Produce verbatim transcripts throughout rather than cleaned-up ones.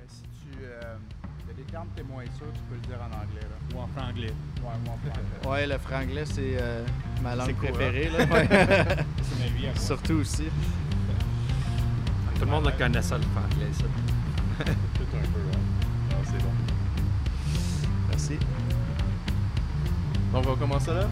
si tu... Euh, il y a des termes que tu es moins sûr, tu peux le dire en anglais. Là. Ou en franglais. Ouais, ou en franglais. Ouais, le franglais, c'est euh, ma langue C'est préférée. Là. Ouais. C'est ma vie à moi. Surtout aussi. Tout le monde le connaît ça, le franglais, ça. Tout un peu, ouais. Non, c'est bon. Merci. Donc, on va commencer là.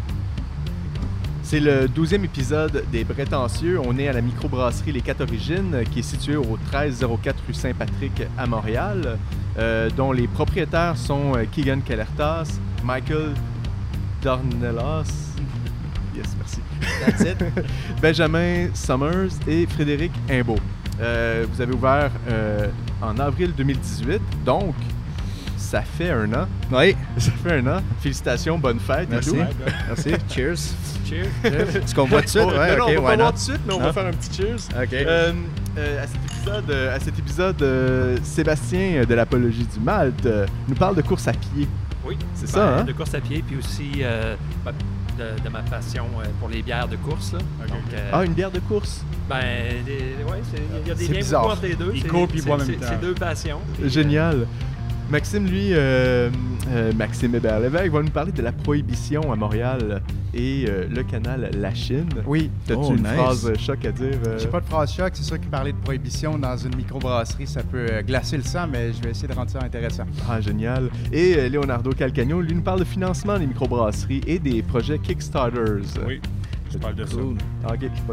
C'est le douzième épisode des Prétentieux. On est à la microbrasserie Les Quatre Origines, qui est située au treize zéro quatre rue Saint-Patrick à Montréal, euh, dont les propriétaires sont euh, Keegan Kellertas, Michael Dornelas, yes, merci, That's it. Benjamin Summers et Frédéric Imbeau. Euh, vous avez ouvert euh, en avril deux mille dix-huit, donc ça fait un an. Oui. Ça fait un an. Félicitations, bonne fête. Merci. Et tout. Merci. Cheers. Cheers. Est-ce qu'on voit tout de suite? Oh, Ouais, non, ok, non, on va why pas voir not? tout de suite, mais on Non. va faire un petit cheers. OK. Euh, euh, à cet épisode, euh, à cet épisode euh, Sébastien de l'Apologie du Malte euh, nous parle de course à pied. Oui. C'est Ben, ça, hein? De course à pied, puis aussi euh, ben, de, de ma passion euh, pour les bières de course. Là. Ok, Donc, ok. euh, Ah, une bière de course. ben, des- ouais, c'est- il y a des C'est liens bizarre. beaucoup entre les deux. Il C'est- court puis il c'est- boit en même c'est- temps. C'est deux passions. Puis, Génial. Maxime, lui, euh, euh, Maxime Hébert-Lévesque va nous parler de la prohibition à Montréal et euh, le canal La Chine. Oui. T'as-tu Oh, une nice. phrase choc à dire? euh? J'ai pas de phrase choc, c'est sûr que parler de prohibition dans une microbrasserie, ça peut euh, glacer le sang, mais je vais essayer de rendre ça intéressant. Ah, génial. Et euh, Leonardo Calcagno, lui, nous parle de financement des microbrasseries et des projets Kickstarters. Oui, je parle de ça. Cool. Ah, ok, pas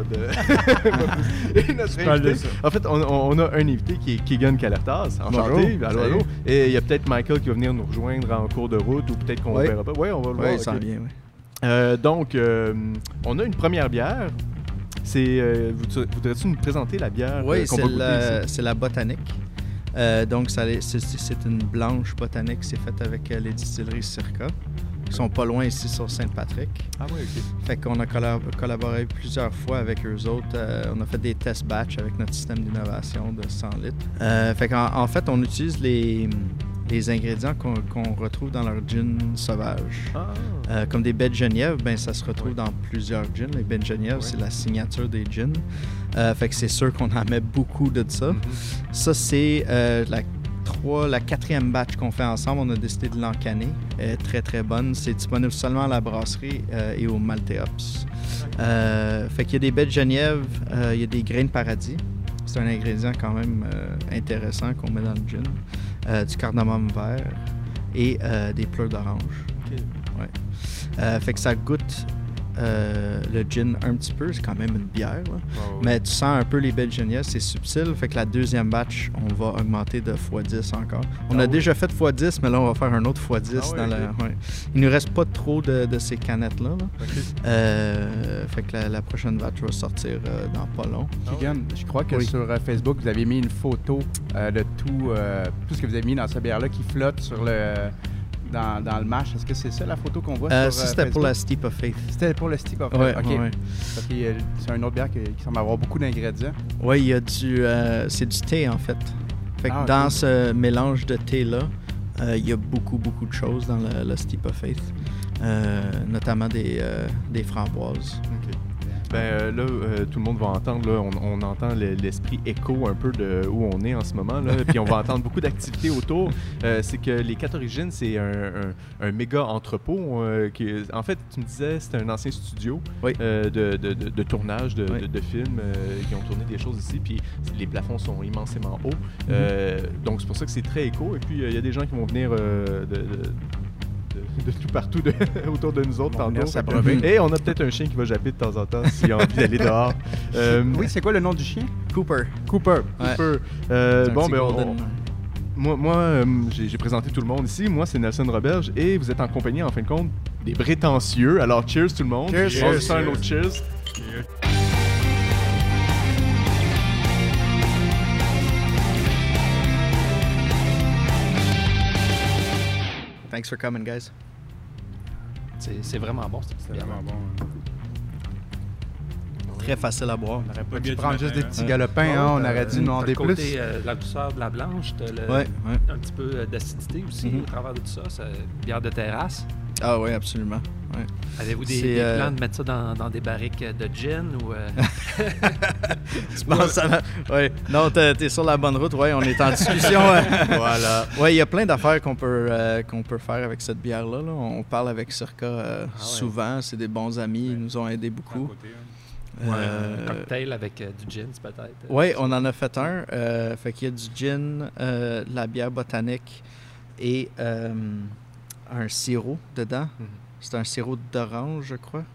de... Et notre Je parle de invité- ça. En fait, on, on a un invité qui est Keegan Kellertas. Enchanté. Bonjour. Allô, Salut. allô. Et il y a peut-être Michael qui va venir nous rejoindre en cours de route ou peut-être qu'on Oui. le verra pas. Oui, on va le Oui, voir. ça ok. vient, oui. Euh, donc, euh, on a une première bière. C'est, euh, vous- voudrais-tu nous présenter la bière euh, Oui, qu'on c'est va goûter la, ici? c'est la botanique. Euh, donc, ça, allait- c'est, c'est- c'est une blanche botanique. C'est fait avec euh, les distilleries Circa, qui sont pas loin ici sur Saint-Patrick. Ah oui, ok. Fait qu'on a collab- collaboré plusieurs fois avec eux autres. Euh, on a fait des tests batch avec notre système d'innovation de cent litres. Euh, fait qu'en en fait, on utilise les, les ingrédients qu'on, qu'on retrouve dans leur gin sauvage. Ah, Euh, comme des baies de genièvre, ben, ça se retrouve Oui. dans plusieurs gins. Les baies de genièvre, Oui. c'est la signature des gins. Euh, fait que c'est sûr qu'on en met beaucoup de ça. mhm. Ça, c'est euh, la, trois, la quatrième batch qu'on fait ensemble. On a décidé de l'encanner. Elle est très, très bonne. C'est disponible seulement à la brasserie euh, et au Malteops. Euh, fait qu'il y a des baies de genièvre, euh, il y a des grains de paradis. C'est un ingrédient quand même euh, intéressant qu'on met dans le gin. Euh, du cardamome vert et euh, des pleurs d'orange. Ok. Ouais. Euh, fait que ça goûte euh, le gin un petit peu. C'est quand même une bière, là. Wow. Mais tu sens un peu les baies de genièvre, c'est subtil. Fait que la deuxième batch, on va augmenter de fois dix encore. On Ah a oui. déjà fait fois dix, mais là, on va faire un autre fois dix. Ah oui, dans ok. la... ouais. Il nous reste pas trop de, de ces canettes-là. là. Ok. Euh, fait que la, la prochaine batch va sortir euh, dans pas long. Keegan, je crois que Oui. sur euh, Facebook, vous avez mis une photo euh, de tout, euh, tout ce que vous avez mis dans cette bière-là qui flotte sur le, dans, dans le mash. Est-ce que c'est ça la photo qu'on voit Euh, sur ça, euh, c'était pour Facebook? la Steep of Faith. C'était pour le stick of Ouais, OK. ouais, ouais. Parce que euh, c'est une autre bière qui, qui semble avoir beaucoup d'ingrédients. Oui, il y a du. euh, c'est du thé, en fait. Fait que Ah, dans cool. ce mélange de thé-là, euh, il y a beaucoup, beaucoup de choses dans le, le Steep of Faith. Euh, notamment des, euh, des framboises. Ok. Ben euh, là, euh, tout le monde va entendre, là, on, on entend le- l'esprit écho un peu de où on est en ce moment, là, puis on va entendre beaucoup d'activités autour. Euh, c'est que les Quatre Origines, c'est un, un- un méga entrepôt. euh, qui, en fait, tu me disais, c'était un ancien studio Oui. euh, de, de- de- de tournage de, Oui. de- de films euh, qui ont tourné des choses ici, puis les plafonds sont immensément hauts. Euh, donc c'est pour ça que c'est très éco. Et puis il y a des gens qui vont venir euh, de, de- de- de tout partout de- autour de nous autres Vont venir tantôt. s'abreuver. Et on a peut-être un chien qui va japper de temps en temps s'il a envie d'aller dehors. Euh, Oui, c'est quoi le nom du chien? Cooper. Cooper. Ouais. Cooper. Euh, C'est un bon, petit ben, on- golden. moi, moi euh, j'ai j'ai présenté tout le monde ici. Moi, c'est Nelson Roberge et vous êtes en compagnie, en fin de compte, des prétentieux. Alors, cheers tout le monde. Cheers, On va cheers, se faire un cheers. autre cheers. Thanks for coming, guys. C'est c'est vraiment bon, cette C'est bière. vraiment bon. Très facile à boire. On aurait pas Pas dû bien du prendre matin, juste des hein. petits Ouais. galopins, hein, on aurait dû T'as demander le côté, plus. euh, de la douceur de la blanche, t'as le- Ouais, ouais. un petit peu euh, d'acidité aussi Mhm. au travers de tout ça. C'est une bière de terrasse. Ah oui, absolument. Ouais. Avez-vous des, C'est, des euh, plans de mettre ça dans, dans des barriques de gin ou... euh, Tu penses à la... Ouais. Non, t'es, t'es sur la bonne route. Ouais, on est en discussion. Voilà. Ouais, il y a plein d'affaires qu'on peut, euh, qu'on peut faire avec cette bière-là. là. On parle avec Circa euh, Ah ouais. souvent. C'est des bons amis. Ils nous ont aidés À beaucoup. côté, hein. ou un Euh, cocktail avec euh, du gin, peut-être? Oui, on en a fait un. Euh, fait qu'il y a du gin, euh, de la bière botanique et euh, un sirop dedans. Mhm. C'est un sirop d'orange, je crois.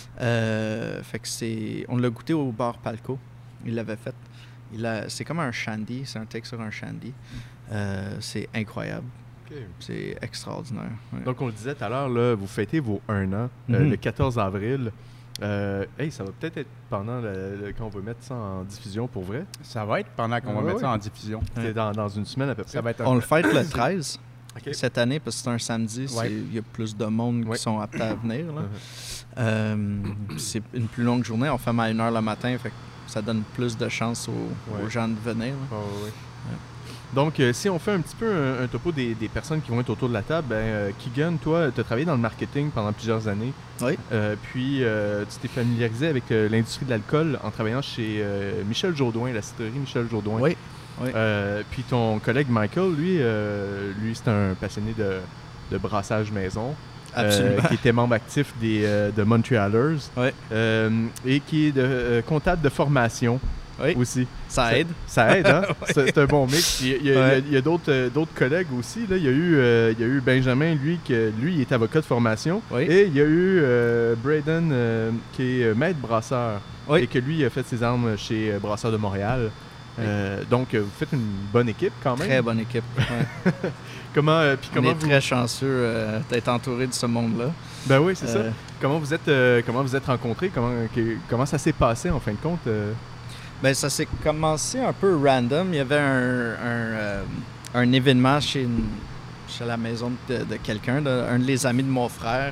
Euh, fait que c'est... On l'a goûté au bar Palco. Il l'avait fait. Il a... C'est comme un shandy. C'est un take sur un shandy. Euh, c'est incroyable. OK. C'est extraordinaire. Ouais. Donc, on le disait tout à l'heure, là, vous fêtez vos un an euh, Mhm. le quatorze avril. Euh, hey, ça va peut-être être pendant le, le- quand on va mettre ça en diffusion pour vrai. Ça va être pendant qu'on Ah va ouais, mettre ça ouais. en diffusion. C'est dans, dans une semaine à peu près. Ça va être un On le peu- fête le treize OK. cette année parce que c'est un samedi. c'est- Ouais. Il y a plus de monde Ouais. qui sont aptes à venir. Là. Mhm. Euh, c'est une plus longue journée. On ferme à une heure le matin. Fait que ça donne plus de chance aux, Ouais. aux gens de venir. là. Ah ouais, ouais. Donc, euh, si on fait un petit peu un, un topo des, des personnes qui vont être autour de la table, ben, euh, Keegan, toi, tu as travaillé dans le marketing pendant plusieurs années. Oui. Euh, puis, euh, tu t'es familiarisé avec euh, l'industrie de l'alcool en travaillant chez euh, Michel Jourdouin, la cidrerie Michel Jourdouin. Oui. Oui. Euh, puis ton collègue Michael, lui, euh, lui c'est un passionné de, de brassage maison. Absolument. euh, qui était membre actif des, euh, de Montrealers. Ouais. Euh, et qui est de, euh, comptable de formation Oui. aussi. Ça aide. Ça aide, hein? C'est c'est un bon mix. Il y a, il y a- Ouais. il y a d'autres, euh, d'autres collègues aussi. Là. Il, y a eu, euh, il y a eu Benjamin, lui, que, lui, il est avocat de formation. Oui. Et il y a eu euh, Braden, euh, qui est euh, maître brasseur. Oui. Et que lui, il a fait ses armes chez euh, Brasseur de Montréal. Euh, donc, euh, vous faites une bonne équipe quand même. Très bonne équipe. Ouais. Comment, euh, puis On comment est vous... très chanceux euh, d'être entouré de ce monde-là. Ben oui, c'est ça. Euh, Comment vous êtes, euh, comment vous êtes rencontrés? Comment, que- comment ça s'est passé en fin de compte? euh? Ben, ça s'est commencé un peu random. Il y avait un, un, euh, un événement chez, une- chez la maison de, de quelqu'un, de- un des amis de mon frère.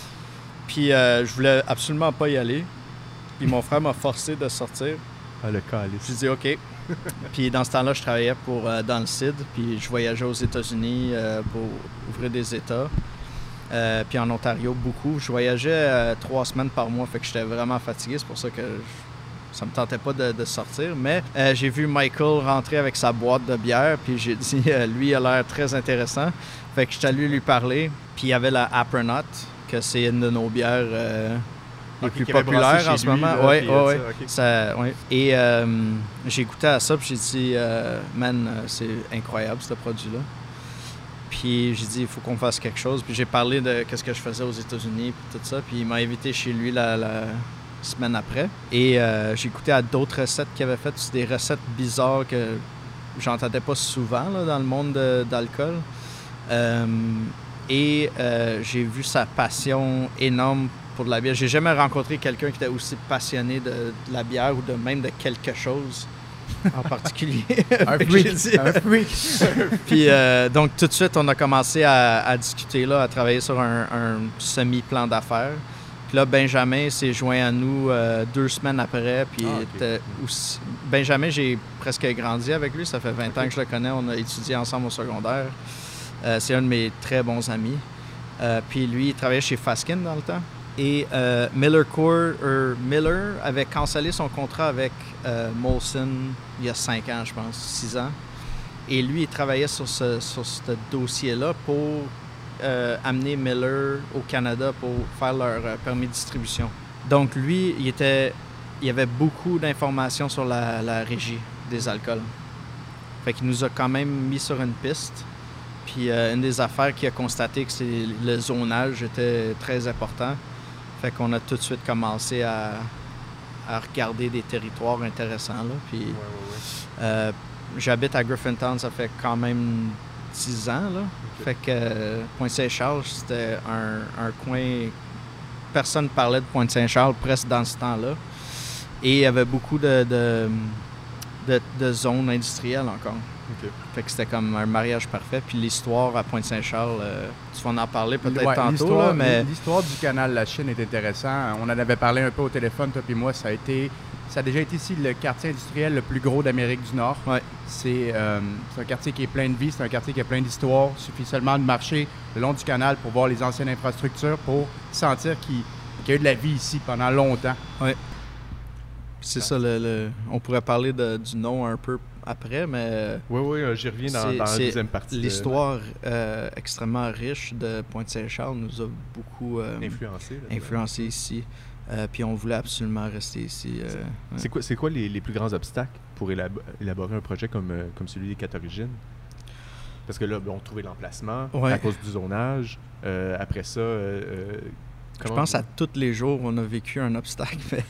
Puis euh, je voulais absolument pas y aller. Puis mon frère m'a forcé de sortir. Ah, le calice. J'ai dit OK. Puis dans ce temps-là, je travaillais pour euh, dans le C I D. Puis je voyageais aux États-Unis euh, pour ouvrir des États. Euh, puis en Ontario, beaucoup. Je voyageais euh, trois semaines par mois. Fait que j'étais vraiment fatigué. C'est pour ça que je- ça me tentait pas de, de sortir. Mais euh, j'ai vu Michael rentrer avec sa boîte de bière. Puis j'ai dit, euh, lui, il a l'air très intéressant. Fait que je suis allé lui parler. Puis il y avait la Apronaut, que c'est une de nos bières euh, les Ok, plus qu'il avait populaires brassé en chez ce lui, moment. là, Oui, puis, oui, euh, oui. ça, ok. Ça, ouais. Et euh, j'ai goûté à ça, puis j'ai dit, euh, man, euh, c'est incroyable ce produit-là. Puis j'ai dit, il faut qu'on fasse quelque chose. Puis j'ai parlé de qu'est-ce que je faisais aux États-Unis, puis tout ça. Puis il m'a invité chez lui la, la semaine après. Et euh, j'ai goûté à d'autres recettes qu'il avait faites. C'est des recettes bizarres que j'entendais pas souvent là, dans le monde de- d'alcool. Euh, et euh, j'ai vu sa passion énorme pour de la bière. J'ai jamais rencontré quelqu'un qui était aussi passionné de, de la bière ou de même de quelque chose en particulier. Un Fait que freak. j'ai dit- Un freak. Puis euh, donc tout de suite, on a commencé à, à discuter, là, à travailler sur un, un semi-plan d'affaires. Puis là, Benjamin s'est joint à nous euh, deux semaines après. Puis Ah, ok. était aussi- Benjamin, j'ai presque grandi avec lui. Ça fait vingt ans que je le connais. On a étudié ensemble au secondaire. Euh, c'est un de mes très bons amis. Euh, puis lui, il travaillait chez Faskin dans le temps. Et euh, Miller Coors, euh, Miller avait cancellé son contrat avec euh, Molson il y a cinq ans, je pense, six ans. Et lui, il travaillait sur ce, sur ce dossier-là pour euh, amener Miller au Canada pour faire leur euh, permis de distribution. Donc lui, il était, il avait beaucoup d'informations sur la, la régie des alcools. Fait qu'il nous a quand même mis sur une piste. Puis euh, une des affaires qu'il a constaté que c'est le zonage était très important. Fait qu'on a tout de suite commencé à, à regarder des territoires intéressants. Là. Puis Ouais, ouais, ouais. euh, j'habite à Griffintown, ça fait quand même dix ans. Là. Ok. Fait que euh, Pointe-Saint-Charles, c'était un, un coin... Personne ne parlait de Pointe-Saint-Charles presque dans ce temps-là. Et il y avait beaucoup de, de, de, de zones industrielles encore. Ok. Fait que c'était comme un mariage parfait. Puis l'histoire à Pointe-Saint-Charles, euh, tu vas en parler peut-être Ouais, tantôt, l'histoire- là, mais... L'histoire du canal de la Chine est intéressante. On en avait parlé un peu au téléphone, toi et moi. Ça a été ça a déjà été ici le quartier industriel le plus gros d'Amérique du Nord. Ouais. C'est, euh, c'est un quartier qui est plein de vie, c'est un quartier qui a plein d'histoire. Il suffit seulement de marcher le long du canal pour voir les anciennes infrastructures, pour sentir qu'il, qu'il y a eu de la vie ici pendant longtemps. Ouais. C'est ça, le, le- on pourrait parler de- du nom un peu après, mais Oui, oui, euh, j'y reviens dans, C'est- dans la c'est deuxième partie. de- l'histoire euh, extrêmement riche de Pointe-Saint-Charles nous a beaucoup euh, influencé. là. influencé ici. Euh, puis on voulait absolument rester ici. euh, ouais. C'est quoi, c'est quoi les, les plus grands obstacles pour élab- élaborer un projet comme, euh, comme celui des Quatre Origines? Parce que là, ben, on trouvait l'emplacement Ouais. à cause du zonage. Euh, après ça, euh, euh, Je comment pense vous- à tous les jours, on a vécu un obstacle. Mais,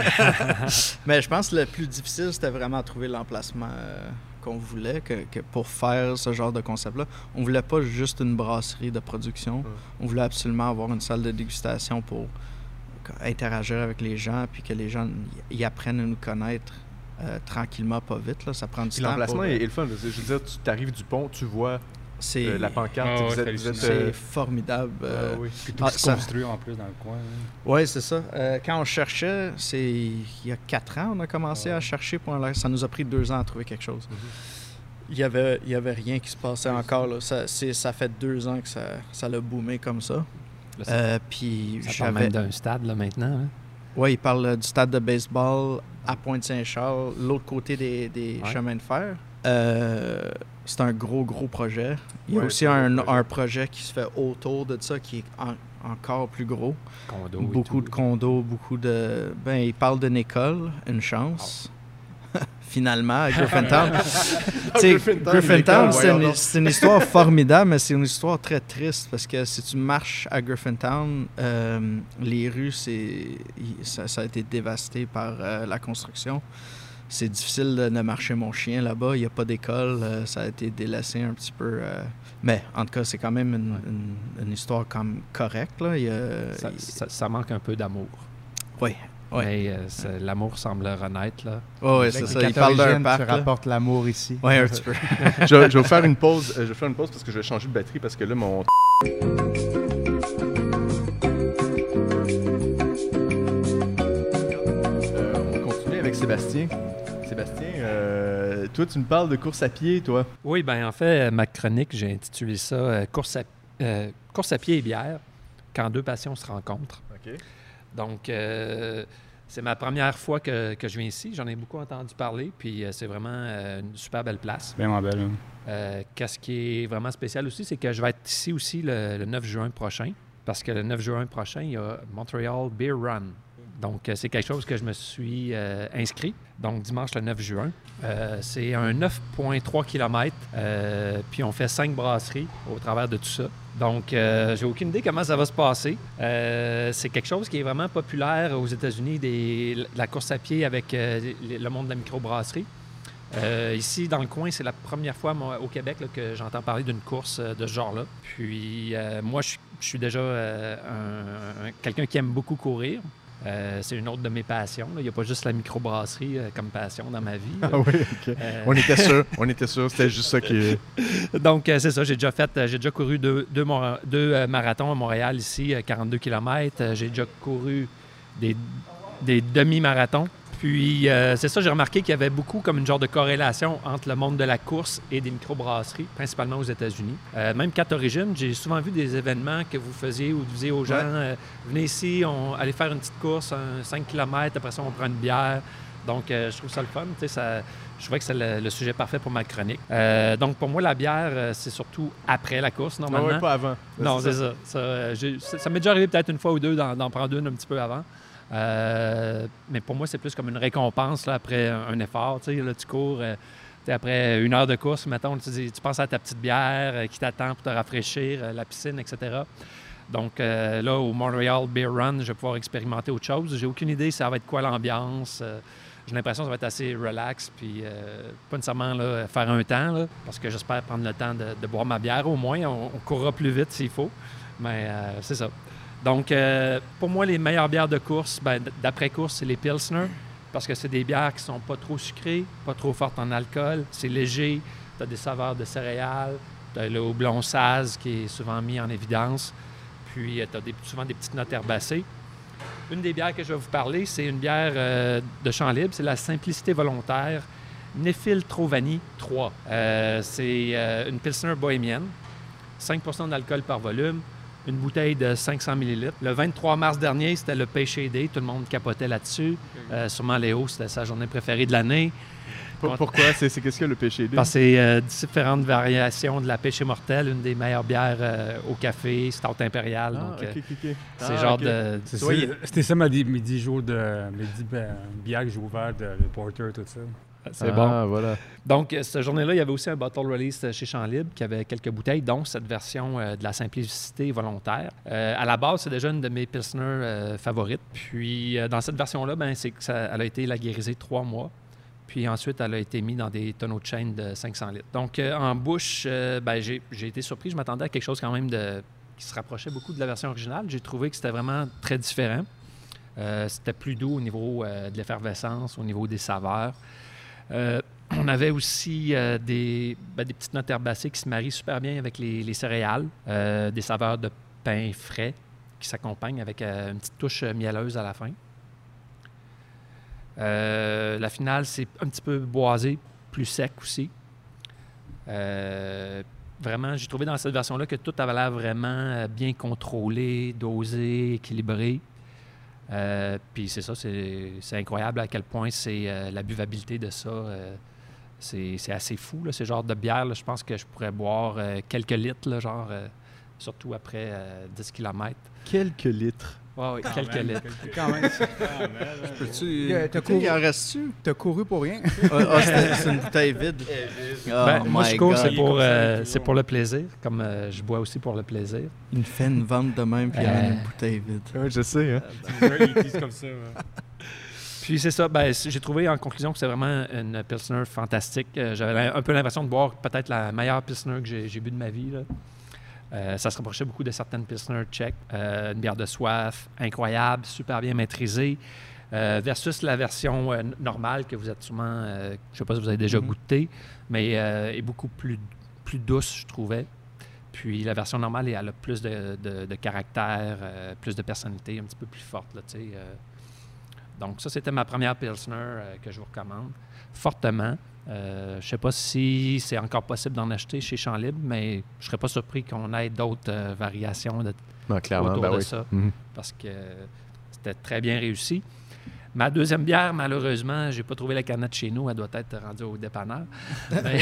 mais je pense que le plus difficile, c'était vraiment trouver l'emplacement euh, qu'on voulait que, que pour faire ce genre de concept-là. On voulait pas juste une brasserie de production. Ouais. On voulait absolument avoir une salle de dégustation pour interagir avec les gens, puis que les gens y, y apprennent à nous connaître euh, tranquillement, pas vite. Là. Ça prend du Puis temps. l'emplacement pour, est, euh, est le fun. Je veux dire, tu t'arrives du pont, tu vois c'est, euh, la pancarte. Ah ouais, vous c'est êtes, vous êtes, c'est euh, formidable. euh, ah oui. Puis tout Ah, se ça- construit en plus dans le coin. hein. Oui, c'est ça. Euh, quand on cherchait, c'est il y a quatre ans, on a commencé Ouais. à chercher pour un... Ça nous a pris deux ans à trouver quelque chose. Il y avait, il y avait rien qui se passait encore. Là. Ça, c'est, ça fait deux ans que ça, ça l'a boomé comme ça. Là, ça, Euh, puis ça parle j'avais... même d'un stade là, maintenant. hein. Oui, il parle euh, du stade de baseball à Pointe-Saint-Charles, l'autre côté des, des Ouais. chemins de fer. Euh, c'est un gros, gros projet. Il y a Ouais, aussi c'est un un, gros projet. un projet qui se fait autour de ça qui est en- encore plus gros. Condo et Beaucoup tout. de condos, beaucoup de... Ben, il parle d'une école, une chance. Finalement, à Griffintown. Tu sais, Griffintown, Griffintown, l'école, c'est voyons une, donc. c'est une histoire formidable, mais c'est une histoire très triste parce que si tu marches à Griffintown, euh, les rues, c'est, il- ça, ça a été dévasté par euh, la construction. C'est difficile de, de marcher mon chien là-bas. Il n'y a pas d'école. euh, ça a été délaissé un petit peu. euh, mais en tout cas, c'est quand même une, une- une histoire comme correcte. Là. Il y a- Ça, il- ça- ça manque un peu d'amour. Oui. Ouais. Mais euh, c'est- l'amour semble renaître. Là. Ouais, ouais, Avec c'est les ça. Il quatre parle d'un origines, parc. Tu là. rapportes l'amour ici. Ouais, un petit peu. je, je vais vous faire une pause. euh, je vais faire une pause parce que je vais changer de batterie parce que là, mon. Euh, on continue avec Sébastien. Sébastien, euh, toi, tu me parles de course à pied, toi. Oui, ben en fait, euh, ma chronique, j'ai intitulé ça euh, course, à, euh, course à pied et bière, quand deux passions se rencontrent. OK. Donc, euh, c'est ma première fois que, que je viens ici. J'en ai beaucoup entendu parler, puis euh, c'est vraiment euh, une super belle place. Vraiment belle. hein. Euh, Qu'est-ce qui est vraiment spécial aussi, c'est que je vais être ici aussi le, le neuf juin prochain, parce que le neuf juin prochain, il y a Montreal Beer Run. Donc, euh, c'est quelque chose que je me suis euh, inscrit. Donc, dimanche le neuf juin. Euh, c'est un neuf virgule trois kilomètres, euh, puis on fait cinq brasseries au travers de tout ça. Donc, euh, j'ai aucune idée comment ça va se passer. Euh, c'est quelque chose qui est vraiment populaire aux États-Unis, des, la course à pied avec euh, les- le monde de la microbrasserie. Euh, ici, dans le coin, c'est la première fois moi, au Québec là, que j'entends parler d'une course euh, de ce genre-là. Puis, euh, moi, je suis- je suis déjà euh, un- un- quelqu'un qui aime beaucoup courir. Euh, c'est une autre de mes passions. là. Il n'y a pas juste la microbrasserie euh, comme passion dans ma vie. là. Ah oui, OK. Euh, On était sûr, on était sûr, c'était juste ça qui. Donc, euh, c'est ça. J'ai déjà fait, euh, j'ai déjà couru deux, deux, mor- deux, euh, marathons à Montréal ici, euh, quarante-deux kilomètres. Euh, j'ai déjà couru des, des demi-marathons. Puis, euh, c'est ça, j'ai remarqué qu'il y avait beaucoup comme une genre de corrélation entre le monde de la course et des microbrasseries, principalement aux États-Unis. Euh, même Quatre Origines, j'ai souvent vu des événements que vous faisiez où vous disiez aux gens, Ouais. euh, venez ici, on allez faire une petite course, un cinq kilomètres, après ça, on prend une bière. Donc, euh, je trouve ça le fun. Tu sais, ça, je trouvais que c'est le, le sujet parfait pour ma chronique. Euh, donc, pour moi, la bière, euh, c'est surtout après la course, Non, normalement. ouais, pas avant. Non, c'est ça. Ça, euh, j'ai- ça- ça m'est déjà arrivé peut-être une fois ou deux d'en, d'en prendre une un petit peu avant. Euh, mais pour moi, c'est plus comme une récompense là, après un, un effort. Tu sais, là, tu cours, euh, tu sais, après une heure de course, mettons, tu, dis- tu penses à ta petite bière euh, qui t'attend pour te rafraîchir, euh, la piscine, et cetera. Donc euh, là, au Montreal Beer Run, je vais pouvoir expérimenter autre chose. J'ai aucune idée ça va être quoi l'ambiance. Euh, j'ai l'impression que ça va être assez relax, puis euh, pas nécessairement là, faire un temps, là, parce que j'espère prendre le temps de, de boire ma bière au moins. On, on courra plus vite s'il faut, mais euh, c'est ça. Donc, euh, pour moi, les meilleures bières de course, ben, d- d'après-course, c'est les Pilsner, parce que c'est des bières qui sont pas trop sucrées, pas trop fortes en alcool, c'est léger, tu as des saveurs de céréales, tu as le houblon Saz qui est souvent mis en évidence, puis tu as souvent des petites notes herbacées. Une des bières que je vais vous parler, c'est une bière euh, de champ libre. C'est la Simplicité volontaire Nephil Trovani trois. Euh, c'est euh, une Pilsner bohémienne, cinq pour cent d'alcool par volume, une bouteille de cinq cents millilitres. Le vingt-trois mars dernier, c'était le Pêche Day. Tout le monde capotait là-dessus. Euh, sûrement Léo, c'était sa journée préférée de l'année. Pour- Pourquoi? C'est c'est qu'est-ce que le Pêche Day? Parce que c'est euh, différentes variations de la Pêche Mortelle, une des meilleures bières euh, au café, stout impérial. Ah, donc, euh, ok, ok, ok. c'est Ah, genre ok. de... C'est Toi, ça, il- C'était ça mes dix, mes dix jours de. Mes dix ben, bières que j'ai ouvertes, de, le porter, tout ça. C'est Ah, bon. voilà. Donc, euh, cette journée-là, il y avait aussi un bottle release chez Champ Libre qui avait quelques bouteilles, dont cette version euh, de la Simplicité volontaire. Euh, à la base, c'est déjà une de mes Pilsner euh, favorites. Puis, euh, dans cette version-là, ben, c'est que ça, elle a été laguérisée trois mois. Puis ensuite, elle a été mise dans des tonneaux de chêne de cinq cents litres. Donc, euh, en bouche, euh, ben, j'ai, j'ai été surpris. Je m'attendais à quelque chose quand même de, qui se rapprochait beaucoup de la version originale. J'ai trouvé que c'était vraiment très différent. Euh, c'était plus doux au niveau euh, de l'effervescence, au niveau des saveurs. Euh, on avait aussi euh, des, ben, des petites notes herbacées qui se marient super bien avec les, les céréales, euh, des saveurs de pain frais qui s'accompagnent avec euh, une petite touche mielleuse à la fin. Euh, la finale, c'est un petit peu boisé, plus sec aussi. Euh, vraiment, j'ai trouvé dans cette version-là que tout avait l'air vraiment bien contrôlé, dosé, équilibré. Euh, Puis c'est ça, c'est, c'est incroyable à quel point c'est euh, la buvabilité de ça. Euh, c'est, c'est assez fou, là, ce genre de bière. Là, je pense que je pourrais boire euh, quelques litres, là, genre, euh, surtout après euh, dix kilomètres. Quelques litres. Ouais, oui, Quand quelques même, litres. quelques- Quand même. Quand même, là. Peux-tu. Euh, T'as Tu sais, il en couru, reste-tu? t'as couru pour rien. Ah, ah, c'est c'est une bouteille vide. Oh Ben, moi, je my cours, God. c'est Il est pour, comme ça, euh, toujours. c'est pour le plaisir, comme euh, je bois aussi pour le plaisir. Il me fait une vente de même, puis il y a Euh. une bouteille vide. Oui, je sais. Hein. Ils disent comme ça. ouais. Puis c'est ça, ben, c- j'ai trouvé en conclusion que c'est vraiment une Pilsner fantastique. Euh, j'avais l'im- un peu l'impression de boire peut-être la meilleure Pilsner que j'ai, j'ai bu de ma vie, là. Euh, ça se rapprochait beaucoup de certaines Pilsner tchèques. Euh, une bière de soif, incroyable, super bien maîtrisée. Euh, versus la version euh, n- normale que vous êtes sûrement, euh, je ne sais pas si vous avez déjà Mhm. goûté, mais euh, est beaucoup plus, plus douce, je trouvais. Puis la version normale, elle a plus de, de- de caractère, euh, plus de personnalité, un petit peu plus forte, là, tu sais. euh. Donc ça, c'était ma première Pilsner euh, que je vous recommande fortement. Euh, je ne sais pas si c'est encore possible d'en acheter chez Champ Libre, mais je ne serais pas surpris qu'on ait d'autres euh, variations de- Non, clairement, autour ben de oui. ça, Mhm. parce que c'était très bien réussi. Ma deuxième bière, malheureusement, j'ai pas trouvé la canette chez nous. Elle doit être rendue au dépanneur. Mais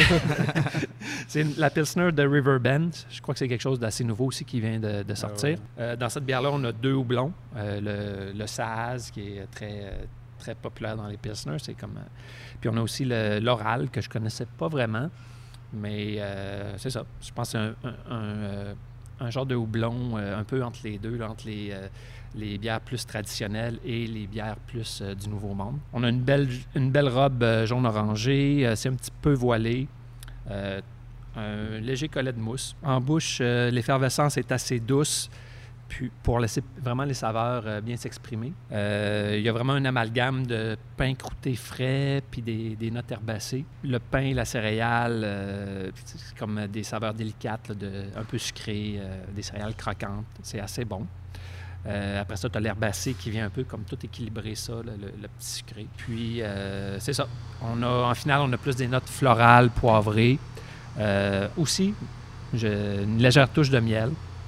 c'est une- la Pilsner de Riverbend. Je crois que c'est quelque chose d'assez nouveau aussi qui vient de, de sortir. Euh, dans cette bière-là, on a deux houblons. Euh, le, le Saaz, qui est très, euh, très populaire dans les Pilsner. C'est comme, euh, puis on a aussi le- l'Oral, que je connaissais pas vraiment. Mais euh, c'est ça. Je pense que c'est un, un- un, euh, un genre de houblon euh, un peu entre les deux, là, entre les, euh, les bières plus traditionnelles et les bières plus euh, du Nouveau Monde. On a une belle, une belle robe euh, jaune-orangé. Euh, c'est un petit peu voilé. Euh, un léger collet de mousse. En bouche, euh, l'effervescence est assez douce puis pour laisser vraiment les saveurs euh, bien s'exprimer. Euh, il y a vraiment un amalgame de pain croûté frais puis des, des notes herbacées. Le pain, la céréale, euh, c'est comme des saveurs délicates, là, de, un peu sucrées, euh, des céréales croquantes. C'est assez bon. Euh, après ça, tu as l'herbacé qui vient un peu comme tout équilibrer ça, là, le, le petit sucré. Puis, euh, c'est ça. On a, en finale, on a plus des notes florales, poivrées. Euh, aussi, je- une légère touche de miel.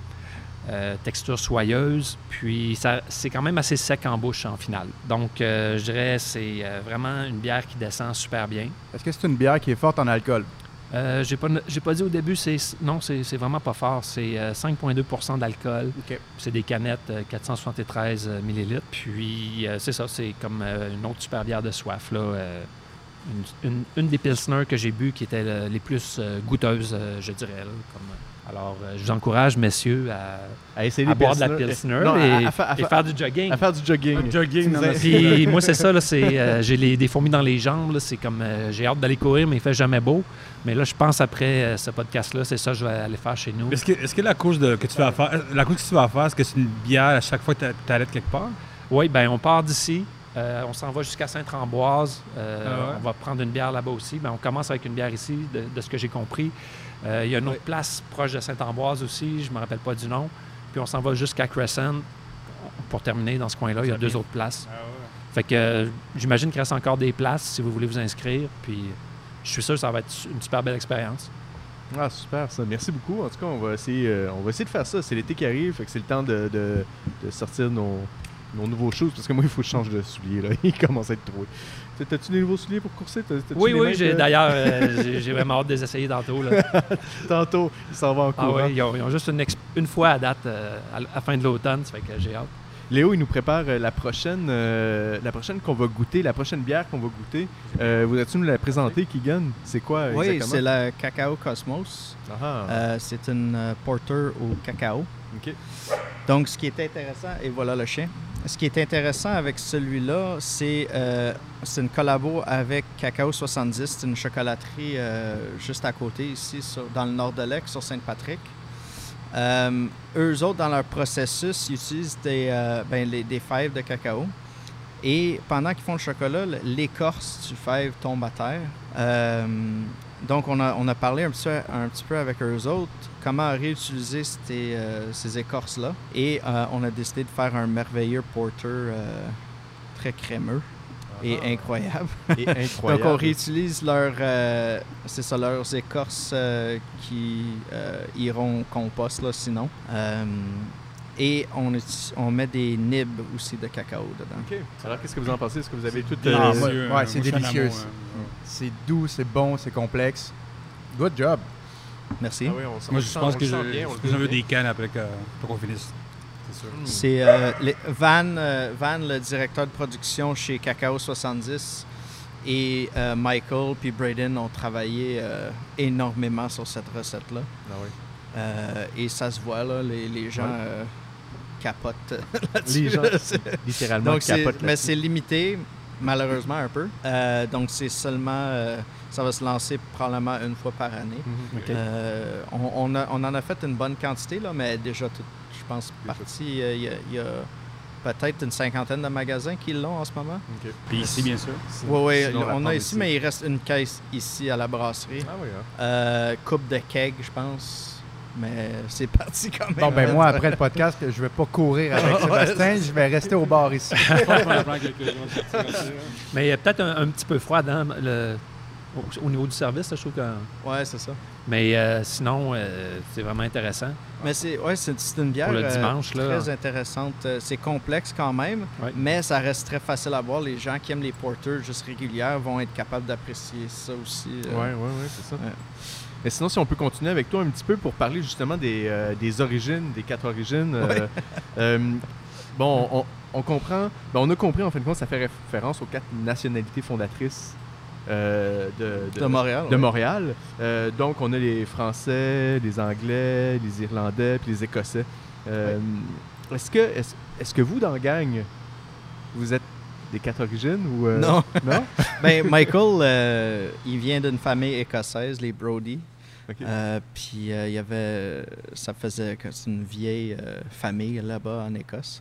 Euh, texture soyeuse, puis ça, c'est quand même assez sec en bouche en finale. Donc, euh, je dirais c'est euh, vraiment une bière qui descend super bien. Est-ce que c'est une bière qui est forte en alcool? Euh, j'ai pas, j'ai pas dit au début, c'est non, c'est, c'est vraiment pas fort. C'est euh, cinq virgule deux pour cent d'alcool. OK. C'est des canettes euh, quatre cent soixante-treize millilitres. Puis, euh, c'est ça, c'est comme euh, une autre super bière de soif, là. Euh, une, une, une des Pilsner que j'ai bu qui était euh, les plus euh, goûteuses, euh, je dirais. Là, comme, euh, alors, euh, je vous encourage, messieurs, à, À essayer à des boire de la Pilsner. Pilsner Non, et, à, à fa- à et fa- faire du jogging. à faire du jogging. Jogging, non, Vous mais- Puis moi, c'est ça, là, c'est, euh, j'ai les, des fourmis dans les jambes. Là, c'est comme, euh, j'ai hâte d'aller courir, mais il fait jamais beau. Mais là, je pense après euh, ce podcast-là, c'est ça que je vais aller faire chez nous. Est-ce que, est-ce que la course de, que tu vas faire, la course que tu vas faire, est-ce que c'est une bière à chaque fois que tu arrêtes quelque part? Oui, bien, on part d'ici. Euh, on s'en va jusqu'à Sainte-Ambroise. Euh, Ah ouais? On va prendre une bière là-bas aussi. Ben, on commence avec une bière ici, de, de ce que j'ai compris. Euh, il y a une autre place proche de Sainte-Ambroise aussi, je ne me rappelle pas du nom. Puis on s'en va jusqu'à Crescent. pour terminer dans ce coin-là. Il y a Ça deux vient. autres places. Ah ouais. Fait que euh, j'imagine qu'il reste encore des places si vous voulez vous inscrire. Puis je suis sûr que ça va être une super belle expérience. Ah, super, ça. Merci beaucoup. En tout cas, on va essayer, euh, on va essayer de faire ça. C'est l'été qui arrive, fait que c'est le temps de, de, de sortir nos, nos nouveaux shoes. Parce que moi, il faut que je change de souliers. Là. Il commence à être troué. T'as- T'as-tu des nouveaux souliers pour courser? T'as- t'as-tu Oui, les oui, mêmes j'ai, que- d'ailleurs, euh, j'ai, j'ai vraiment hâte de les essayer tantôt. Là. Tantôt, il s'en va en Ah courant. oui, ils ont, ils ont juste une, exp- une fois à date euh, à la fin de l'automne, ça fait que j'ai hâte. Léo, il nous prépare euh, la prochaine, euh, la prochaine qu'on va goûter, la prochaine bière qu'on va goûter. Euh, Voudrais-tu nous la présenter, Keegan? C'est quoi euh, Oui, exactement? c'est la Cacao Cosmos. Ah, Euh, c'est une euh, porter au cacao. ok. Donc, ce qui est intéressant, et voilà le chien. Ce qui est intéressant avec celui-là, c'est euh, c'est une collabo avec Cacao soixante-dix. C'est une chocolaterie euh, juste à côté, ici, sur- dans le nord de l'Ec, sur Sainte-Patrick. Euh, eux autres, dans leur processus, ils utilisent des, euh, ben, les- des fèves de cacao. Et pendant qu'ils font le chocolat, l- l'écorce du fève tombe à terre. Euh, donc, on a, on a parlé un petit, peu, un petit peu avec eux autres, comment réutiliser ces, euh, ces écorces-là. Et euh, on a décidé de faire un merveilleux porter euh, très crémeux et incroyable. Et incroyable. Donc, on réutilise leurs, euh, c'est ça, leurs écorces euh, qui euh, iront au compost, là, sinon. Euh, et on, uti- on met des nibs aussi de cacao dedans. OK. Alors, qu'est-ce que vous en pensez? Est-ce que vous avez tout... Ah, euh, moi- Délicieux, ouais, hein. c'est Moi, je suis en délicieux. amour, hein. C'est doux, c'est bon, c'est complexe. Good job. Merci. Ah oui, on, Moi, on je le sent- pense on que le je- sent bien, on le j'en sent veux bien. des cannes après que- pour qu'on finisse. C'est sûr. Mm. C'est euh, les- Van, euh, Van, le directeur de production chez Cacao soixante-dix, et euh, Michael puis Braden ont travaillé euh, énormément sur cette recette-là. Ah oui. Euh, et ça se voit, là, les, les gens Ouais. euh, capotent là-dessus. Les gens, là. C'est- littéralement, donc c'est, capotent mais là-dessus. c'est limité, malheureusement un peu. Euh, donc c'est seulement, euh, ça va se lancer probablement une fois par année. Mhm. Euh, on, on, a- on en a fait une bonne quantité, là, mais déjà, tout, je pense, parti, euh, il y a, il y a peut-être une cinquantaine de magasins qui l'ont en ce moment. OK. Puis ici, bien sûr. Oui, oui, Sinon, on la on prend a ici. ici, mais il reste une caisse ici à la brasserie. Ah oui, hein. Euh, coupe de keg, je pense. Mais c'est parti quand même. Bon, ben moi, après le podcast, je vais pas courir avec Sébastien, je vais rester au bar ici. Je pense qu'on en prend quelques-uns de sortir comme ça, hein. Mais il y a peut-être un, un petit peu froid dans le, au, au niveau du service, là, je trouve que. Ouais, c'est ça. Mais euh, sinon, euh, c'est vraiment intéressant. Mais c'est ouais, c'est, c'est une bière Pour le euh, dimanche, là. très intéressante. Euh, C'est complexe quand même, Ouais. mais ça reste très facile à boire. Les gens qui aiment les porters juste régulières vont être capables d'apprécier ça aussi. euh. Ouais, ouais, ouais, c'est ça. Ouais. Mais sinon, si on peut continuer avec toi un petit peu pour parler justement des, euh, des origines, des quatre origines. euh, euh, bon, on, on comprend, ben, on a compris en fin de compte, ça fait référence aux quatre nationalités fondatrices euh, de, De Montréal. de ouais. Montréal. Euh, donc, on a les Français, les Anglais, les Irlandais, puis les Écossais. Euh, Est-ce que, est-ce, est-ce que vous, dans la gang, vous êtes des quatre origines ou euh, Non. non? Ben, Michael, euh, il vient d'une famille écossaise, les Brody. Ok. Euh, puis euh, il y avait, ça faisait que c'est une vieille euh, famille là-bas en Écosse.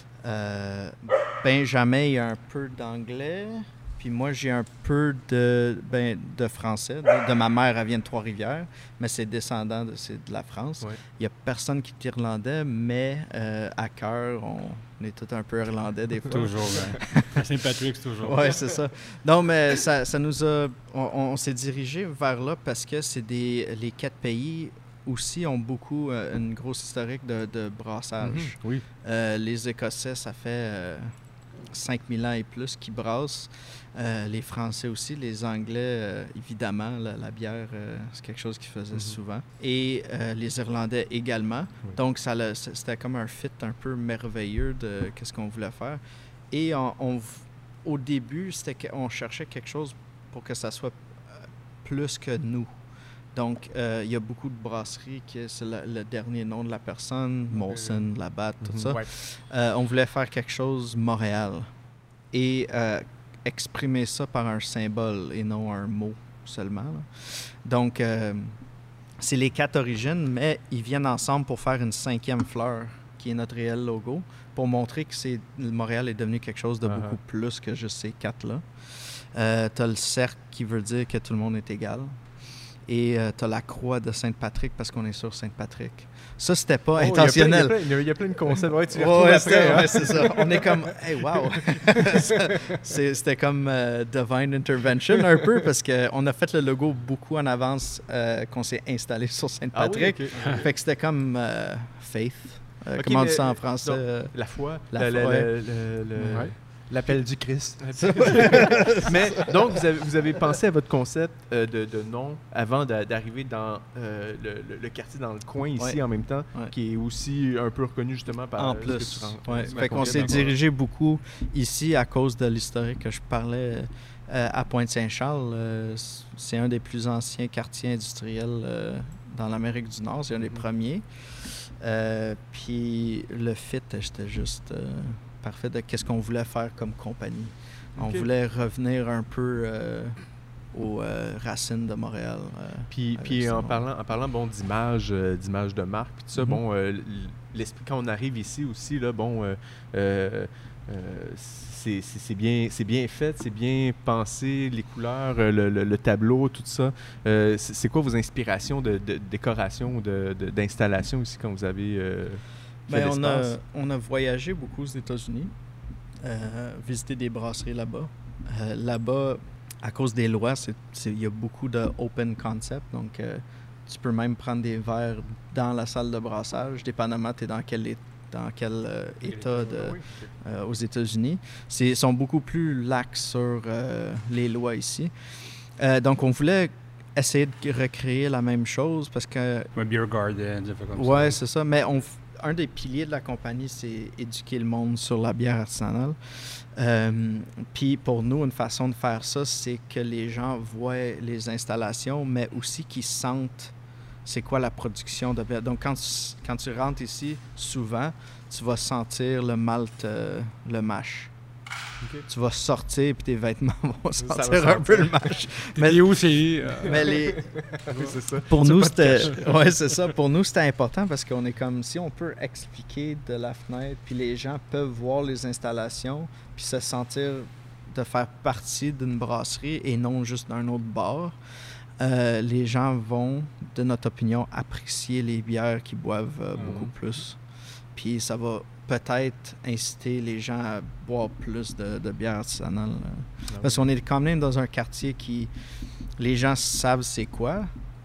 Euh, Benjamin, il a un peu d'anglais. Puis moi, j'ai un peu de, ben, de français. De, de ma mère, elle vient de Trois-Rivières, mais c'est descendant de, c'est de la France. Ouais. Il n'y a personne qui est irlandais, mais euh, à cœur, on est tous un peu irlandais des fois. Toujours. Ben. Saint-Patrick, c'est toujours. Oui, c'est ça. Non, mais ça, ça nous a. On, on s'est dirigé vers là parce que c'est des. Les quatre pays aussi ont beaucoup euh, une grosse historique de, de brassage. Mhm. Oui. Euh, les Écossais, ça fait euh, cinq mille ans et plus qu'ils brassent. Euh, les Français aussi, les Anglais, euh, évidemment, la, la bière, euh, c'est quelque chose qu'ils faisaient Mhm. souvent. Et euh, les Irlandais également. Oui. Donc, ça l'a- c'était comme un fit un peu merveilleux de qu'est-ce qu'on voulait faire. Et on, on v- au début, c'était qu'on cherchait quelque chose pour que ça soit euh, plus que nous. Donc, euh, il y a beaucoup de brasseries qui c'est le, le dernier nom de la personne, Molson, Labatt, tout Mhm. ça. Ouais. Euh, on voulait faire quelque chose Montréal et euh, exprimer ça par un symbole et non un mot seulement, là. Donc, euh, c'est les quatre origines, mais ils viennent ensemble pour faire une cinquième fleur, qui est notre réel logo, pour montrer que c'est, Montréal est devenu quelque chose de Uh-huh. beaucoup plus que juste ces quatre-là. Euh, tu as le cercle qui veut dire que tout le monde est égal. et euh, tu as la croix de Saint-Patrick parce qu'on est sur Saint-Patrick. Ça, c'était pas Oh, intentionnel. Il y, a plein, il, y a plein, il y a plein de concepts. Ouais, tu les Ouais, retrouves ouais, après. c'était- hein. ouais, c'est ça. On est comme, hey, wow! C'est- C'était comme euh, Divine Intervention un peu parce qu'on a fait le logo beaucoup en avance euh, qu'on s'est installé sur Ah oui, Saint-Patrick. ok. Fait que c'était comme euh, Faith. Euh, Ok, comment on mais- dit ça en français? donc, euh, La foi. La le- foi, le- ouais. le- le- le- Ouais. L'appel du Christ. Mais donc, vous avez, vous avez pensé à votre concept euh, de, de nom avant d'a- d'arriver dans euh, le, le- le quartier dans le coin ici Ouais. en même temps, Ouais. qui est aussi un peu reconnu justement par En euh, ce plus. que tu rends- Ouais. tu Fait qu'on racontais s'est dans- dirigé beaucoup ici à cause de l'historique que je parlais euh, à Pointe-Saint-Charles. Euh, c- c'est un des plus anciens quartiers industriels euh, dans l'Amérique du Nord. C'est un des Mhm. premiers. Euh, Puis le fit, j'étais juste euh, parfait de qu'est-ce qu'on voulait faire comme compagnie. On Ok. voulait revenir un peu euh, aux euh, racines de Montréal. euh, Puis, avec puis ce en nom. parlant, en parlant bon, d'image, euh, d'image de marque, puis tout ça, Mhm. bon, euh, l- l'esprit, quand on arrive ici aussi, là, bon, euh, euh, euh, c'est c'est- c'est bien, c'est bien fait, c'est bien pensé, les couleurs, euh, le, le- le tableau, tout ça. Euh, c'est c'est quoi vos inspirations de, de décoration ou de- de- d'installation ici quand vous avez euh, fait Ben, on, a, l'espace? on a voyagé beaucoup aux États-Unis, euh, visité des brasseries là-bas. Euh, là-bas, à cause des lois, c'est- c'est- il y a beaucoup de open concept. Donc, euh, tu peux même prendre des verres dans la salle de brassage, dépendamment tu es dans quel, é- dans quel euh, état de, euh, aux États-Unis. Ils sont beaucoup plus lax sur euh, les lois ici. Euh, donc, on voulait essayer de recréer la même chose parce que Un beer garden, des affaires comme ça. ouais, c'est ça. Mais on, f- un des piliers de la compagnie, c'est éduquer le monde sur la bière artisanale. Euh, Puis pour nous, une façon de faire ça, c'est que les gens voient les installations, mais aussi qu'ils sentent c'est quoi la production de bière. Donc quand tu, quand tu rentres ici, souvent, tu vas sentir le malt, euh, le mash. Ok. Tu vas sortir puis tes vêtements vont Ça va sentir un peu le mash. Mais- T'es où, c'est... euh, Mais les, Oui, c'est ça. pour C'est nous, pas de c'était ouais, c'est ça. Pour nous, c'était important parce qu'on est comme si on peut expliquer de la fenêtre, puis les gens peuvent voir les installations, puis se sentir de faire partie d'une brasserie et non juste d'un autre bar. Euh, les gens vont, de notre opinion, apprécier les bières qu'ils boivent euh, beaucoup plus. Puis ça va peut-être inciter les gens à boire plus de, de bière artisanale. euh. Parce qu'on est quand même dans un quartier qui... Les gens savent c'est quoi,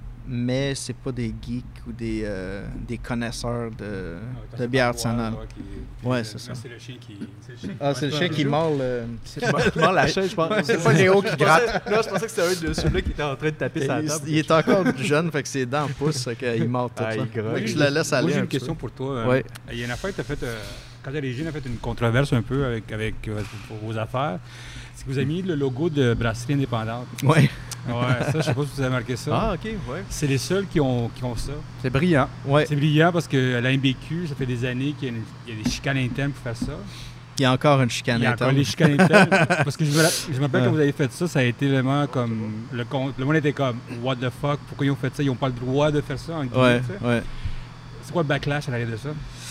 mais c'est pas des geeks ou des, euh, des connaisseurs de, de bière artisanale. Ouais, c'est ça. C'est le chien qui... c'est le chien qui- Ah, c'est le chien qui mord le... Tu mords la chaise, je pense. C'est pas Léo qui gratte. Non, je pensais que c'était un de ceux-là qui était en train de taper sa Il, table. il est encore jeune, fait que ses dents poussent, fait qu'il mord tout Ah, ça. il grogne. Fait que je le laisse aller Moi, j'ai un une petit question peu. pour toi. Euh, Ouais. Il y a une affaire que tu as faite, euh, quand Origine a fait une controverse un peu avec, avec euh, vos affaires. C'est que vous avez mis le logo de Brasserie Indépendante. Ouais. Ouais, ça, je sais pas si vous avez marqué ça. Ah, ok, ouais. C'est les seuls qui ont, qui ont ça. C'est brillant. Ouais. C'est brillant parce que à la M B Q, ça fait des années qu'il y a, une- il y a des chicanes internes pour faire ça. Il y a encore une Il chicane y a encore interne. les chicanes internes. Parce que je me, ra- je me rappelle Ouais. quand vous avez fait ça, ça a été vraiment comme. Le, con- le monde était comme, what the fuck, pourquoi ils ont fait ça? Ils n'ont pas le droit de faire ça, en guillemets, Ouais, tu sais. ouais. C'est quoi le backlash à l'arrière de ça?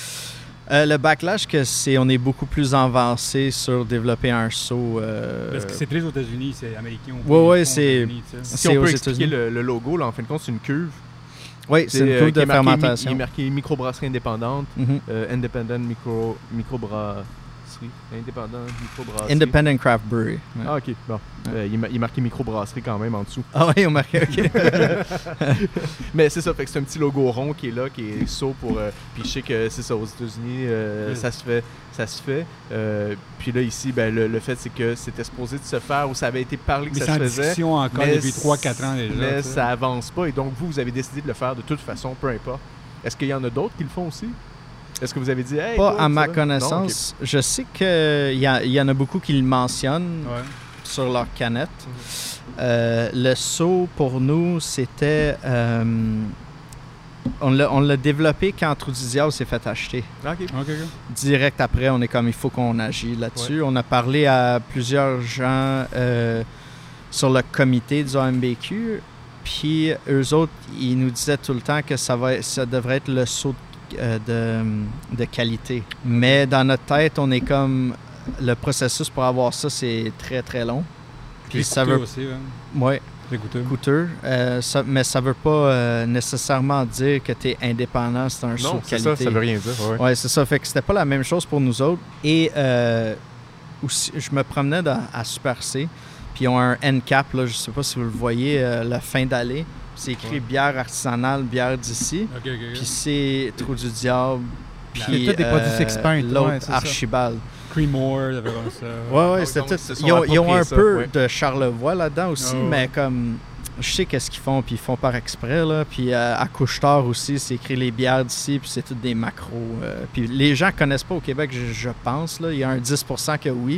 Euh, le backlash, que c'est, on est beaucoup plus avancé sur développer un saut. euh, Parce que c'est très aux États-Unis, c'est américain. Ouais, aux ouais, c'est- États-Unis, tu sais. Si C'est on aux peut expliquer États-Unis. le, le logo, là, en fin de compte, c'est une cuve. Oui, c'est une euh, coupe qui de est marqué mi- fermentation. Il est marqué microbrasserie indépendante, Mhm. euh, independent micro, microbrasserie. Indépendant microbrasserie. Independent Craft Brewery. Ouais. Ah, ok, bon. Euh, il, est ma- il est marqué microbrasserie quand même en dessous. Ah oui, on marqué, ok. Mais c'est ça, fait que c'est un petit logo rond qui est là, qui est saut pour. euh, puis je sais que c'est ça, aux États-Unis, euh, Oui. ça se fait. Ça se fait. Euh, puis là, ici, ben, le, le fait, c'est que c'était supposé de se faire ou ça avait été parlé que Mais c'est ça en se faisait. discussion encore mais depuis trois quatre ans déjà. Mais tu sais. ça avance pas et donc vous, vous avez décidé de le faire de toute façon, peu importe. Est-ce qu'il y en a d'autres qui le font aussi? Est-ce que vous avez dit, hey, Pas toi, à ma ça? connaissance. Je sais qu'il y, a- il y en a beaucoup qui le mentionnent Ouais. sur leur canette. Euh, le seau, pour nous, c'était... euh, on l'a on l'a développé quand Trou du Diable s'est fait acheter. Non? Ok. Ok, ok. Direct après, on est comme, il faut qu'on agisse là-dessus. On a parlé à plusieurs gens euh, sur le comité du A M B Q, puis eux autres, ils nous disaient tout le temps que ça, va, ça devrait être le seau de, euh, de, de qualité. Mais dans notre tête, on est comme, le processus pour avoir ça, c'est très, très long. Puis Puis ça coûteux veut... aussi, hein. Ouais. C'est coûteux. coûteux. Euh, ça, mais ça veut pas euh, nécessairement dire que tu es indépendant, c'est un saut Non, de c'est qualité. ça, ça veut rien dire. Ouais. Ouais, c'est ça. Fait que c'était pas la même chose pour nous autres. Et euh, aussi, je me promenais dans- à Super C, puis ils ont un end cap, là, je sais pas si vous le voyez, euh, la fin d'allée. C'est écrit Ouais. bière artisanale, bière d'ici. OK, OK, OK. Puis c'est Trou du Diable. C'est Puis tous des produits Sixpint, l'autre, ouais, c'est ça. Archibald. Creamore, ça fait comme ça. Ouais, ouais, Ah, c'était donc, tout. ils se sont Ils ont, ils ont un appropriés ça, peu ouais. de Charlevoix là-dedans aussi, Ah, ouais. mais comme je sais qu'est-ce qu'ils font, puis ils font par exprès, là. Puis euh, à Couche-Tard aussi, c'est écrit les bières d'ici, puis c'est toutes des macros. euh, puis les gens connaissent pas au Québec, je, je pense, là. Il y a un dix pour cent que oui.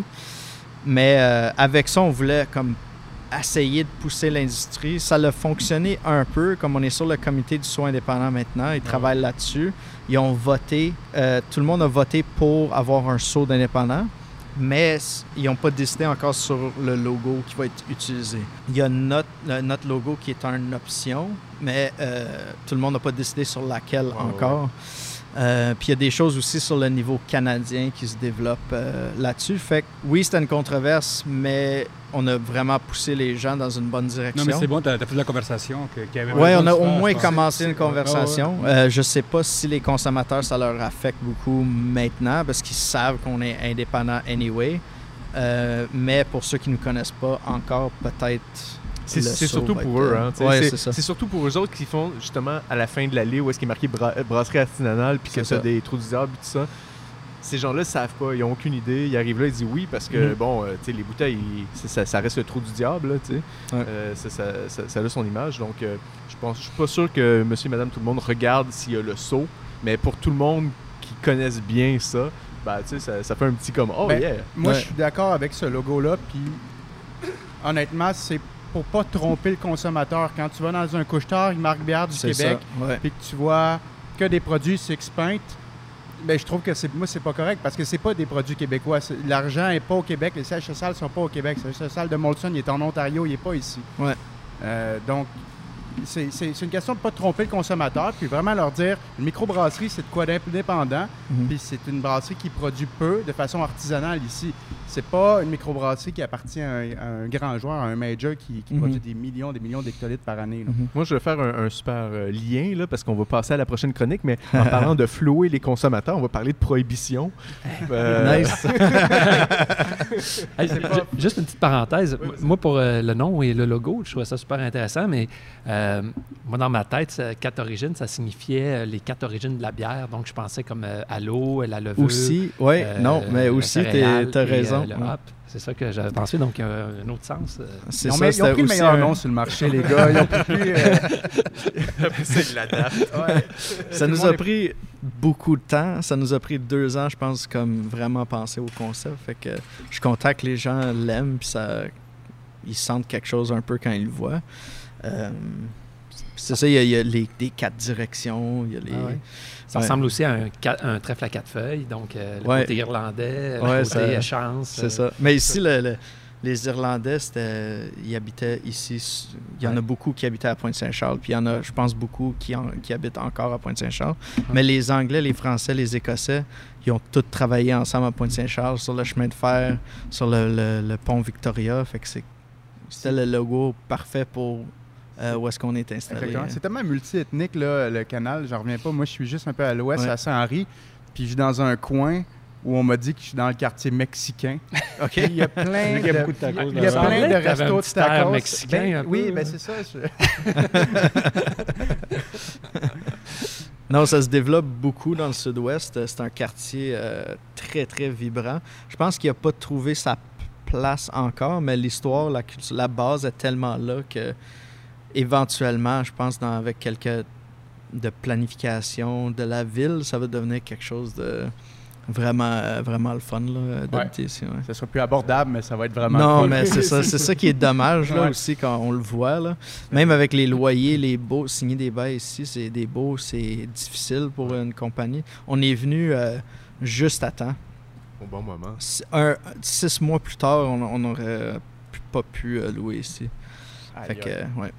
Mais euh, avec ça, on voulait comme essayer de pousser l'industrie. Ça a fonctionné un peu, comme on est sur le comité du soin indépendant maintenant, ils travaillent là-dessus. Ils ont voté, euh, tout le monde a voté pour avoir un saut d'indépendant, mais s- ils n'ont pas décidé encore sur le logo qui va être utilisé. Il y a notre, le- notre logo qui est une option, mais euh, tout le monde n'a pas décidé sur laquelle Ouais, encore. Euh, puis il y a des choses aussi sur le niveau canadien qui se développent euh, là-dessus. Fait que oui, c'était une controverse, mais on a vraiment poussé les gens dans une bonne direction. Non, mais c'est bon, t'as as fait de la conversation. que- qu'il y avait Oui, besoin on a de se au faire, moins je pense. commencé une conversation. Ah ouais. Euh, je sais pas si les consommateurs, ça leur affecte beaucoup maintenant parce qu'ils savent qu'on est indépendant anyway. Euh, mais pour ceux qui ne nous connaissent pas encore, peut-être. C'est le c'est saut surtout va pour être, eux. euh, Hein, tu sais, ouais, c'est c'est ça. c'est surtout pour eux autres qui font justement à la fin de l'allée où est-ce qu'il est marqué bra- brasserie artisanale puis que C'est tu as ça. des trous du diable et tout ça. Ces gens-là ne savent pas, ils n'ont aucune idée. Ils arrivent là, ils disent oui parce que, Mhm. bon, euh, tu sais, les bouteilles, ils- c'est- ça, ça reste le trou du diable, là, tu sais. Ouais. Euh, ça, ça, ça- ça a son image. Donc, euh, je pense, je suis pas sûr que monsieur et madame tout le monde regarde s'il y a le saut, mais pour tout le monde qui connaisse bien ça, ben, tu sais, ça, ça fait un petit comme, oh Ben, yeah! Moi, Ouais. je suis d'accord avec ce logo-là. Puis, honnêtement, c'est pour pas tromper le consommateur. Quand tu vas dans un couche-tard, une marque bière du C'est Québec, ça, ouais. puis que tu vois que des produits Sixpint, ben, je trouve que c'est moi, c'est pas correct parce que c'est pas des produits québécois. C'est- L'argent est pas au Québec. Les sièges sociaux sont pas au Québec. Le siège social de Molson, il est en Ontario, il est pas ici. Ouais. Euh, donc, c'est c'est- c'est une question de ne pas tromper le consommateur, puis vraiment leur dire une microbrasserie, c'est de quoi d'indépendant, Mhm. puis c'est une brasserie qui produit peu de façon artisanale ici. C'est pas une microbrasserie qui appartient à un, à un grand joueur, à un major qui, qui Mhm. produit des millions des millions d'hectolitres par année. là. Mhm. Moi, je vais faire un, un super euh, lien, là, parce qu'on va passer à la prochaine chronique, mais en parlant de flouer les consommateurs, on va parler de prohibition. Euh, Nice. Hey, ju- juste une petite parenthèse. M- Moi, pour euh, le nom et le logo, je trouvais ça super intéressant, mais euh, moi, dans ma tête, ça- quatre origines, ça signifiait euh, les quatre origines de la bière. Donc, je pensais comme euh, à l'eau, la levure. Aussi, oui, euh, non, mais la aussi, céréale tu as et, euh, raison. le Ouais. hop. C'est ça que j'avais pensé, donc il y a un autre sens. euh. C'est Ils ont, ça, mis- ils ont c'était pris le aussi meilleur un- nom sur le marché, les gars. Ils ont pris plus, euh, c'est de la date. Ça nous a pris beaucoup de temps. Ça nous a pris deux ans, je pense, comme vraiment penser au concept. Fait que je suis content que les gens l'aiment puis ça, ils sentent quelque chose un peu quand ils le voient. Euh, c'est ça, il y a, il y a les, des quatre directions. Il y a les... Ah ouais. Ça Ouais. ressemble aussi à un, ca- un trèfle à quatre feuilles, donc euh, le Ouais. côté irlandais, Ouais, le ça- côté euh, chance. C'est euh, ça. Mais ici, le- le- les Irlandais, c'était, ils habitaient ici. s- Il y en a Ouais. beaucoup qui habitaient à Pointe-Saint-Charles. Puis il y en a, je pense, beaucoup qui, en- qui habitent encore à Pointe-Saint-Charles. Mais les Anglais, les Français, les Écossais, ils ont tous travaillé ensemble à Pointe-Saint-Charles, sur le chemin de fer, sur le, le- le pont Victoria. Fait que c'est, c'était le logo parfait pour euh, où est-ce qu'on est installé. Effectivement. C'est tellement multiethnique, là, le canal. J'en reviens pas. Moi, je suis juste un peu à l'ouest, Ouais. à Saint-Henri. Puis je suis dans un coin où on m'a dit que je suis dans le quartier mexicain. OK. Puis Il y a plein Il y a de, beaucoup de tacos il y a là-bas. plein de semblait que t'avais restos un de petit air tacos. mexicain Ben, un peu, oui, là. ben c'est ça. je- Non, ça se développe beaucoup dans le sud-ouest. C'est un quartier euh, très, très vibrant. Je pense qu'il n'a pas trouvé sa place encore, mais l'histoire, la culture, la base est tellement là que éventuellement, je pense, dans, avec quelques de planification de la ville, ça va devenir quelque chose de vraiment, euh, vraiment le fun là, d'habiter ici. Ouais. Ça sera plus abordable, mais ça va être vraiment Non, cool. mais c'est ça, c'est ça qui est dommage là, Ouais. aussi quand on le voit. Là. Même avec les loyers, les baux, signer des bails ici, c'est des baux, c'est difficile pour une compagnie. On est venu euh, juste à temps. Au bon moment. S- Un, six mois plus tard, on on n'aurait pu- pas pu euh, louer ici. Aïe, Fait que, aïe. euh, ouais.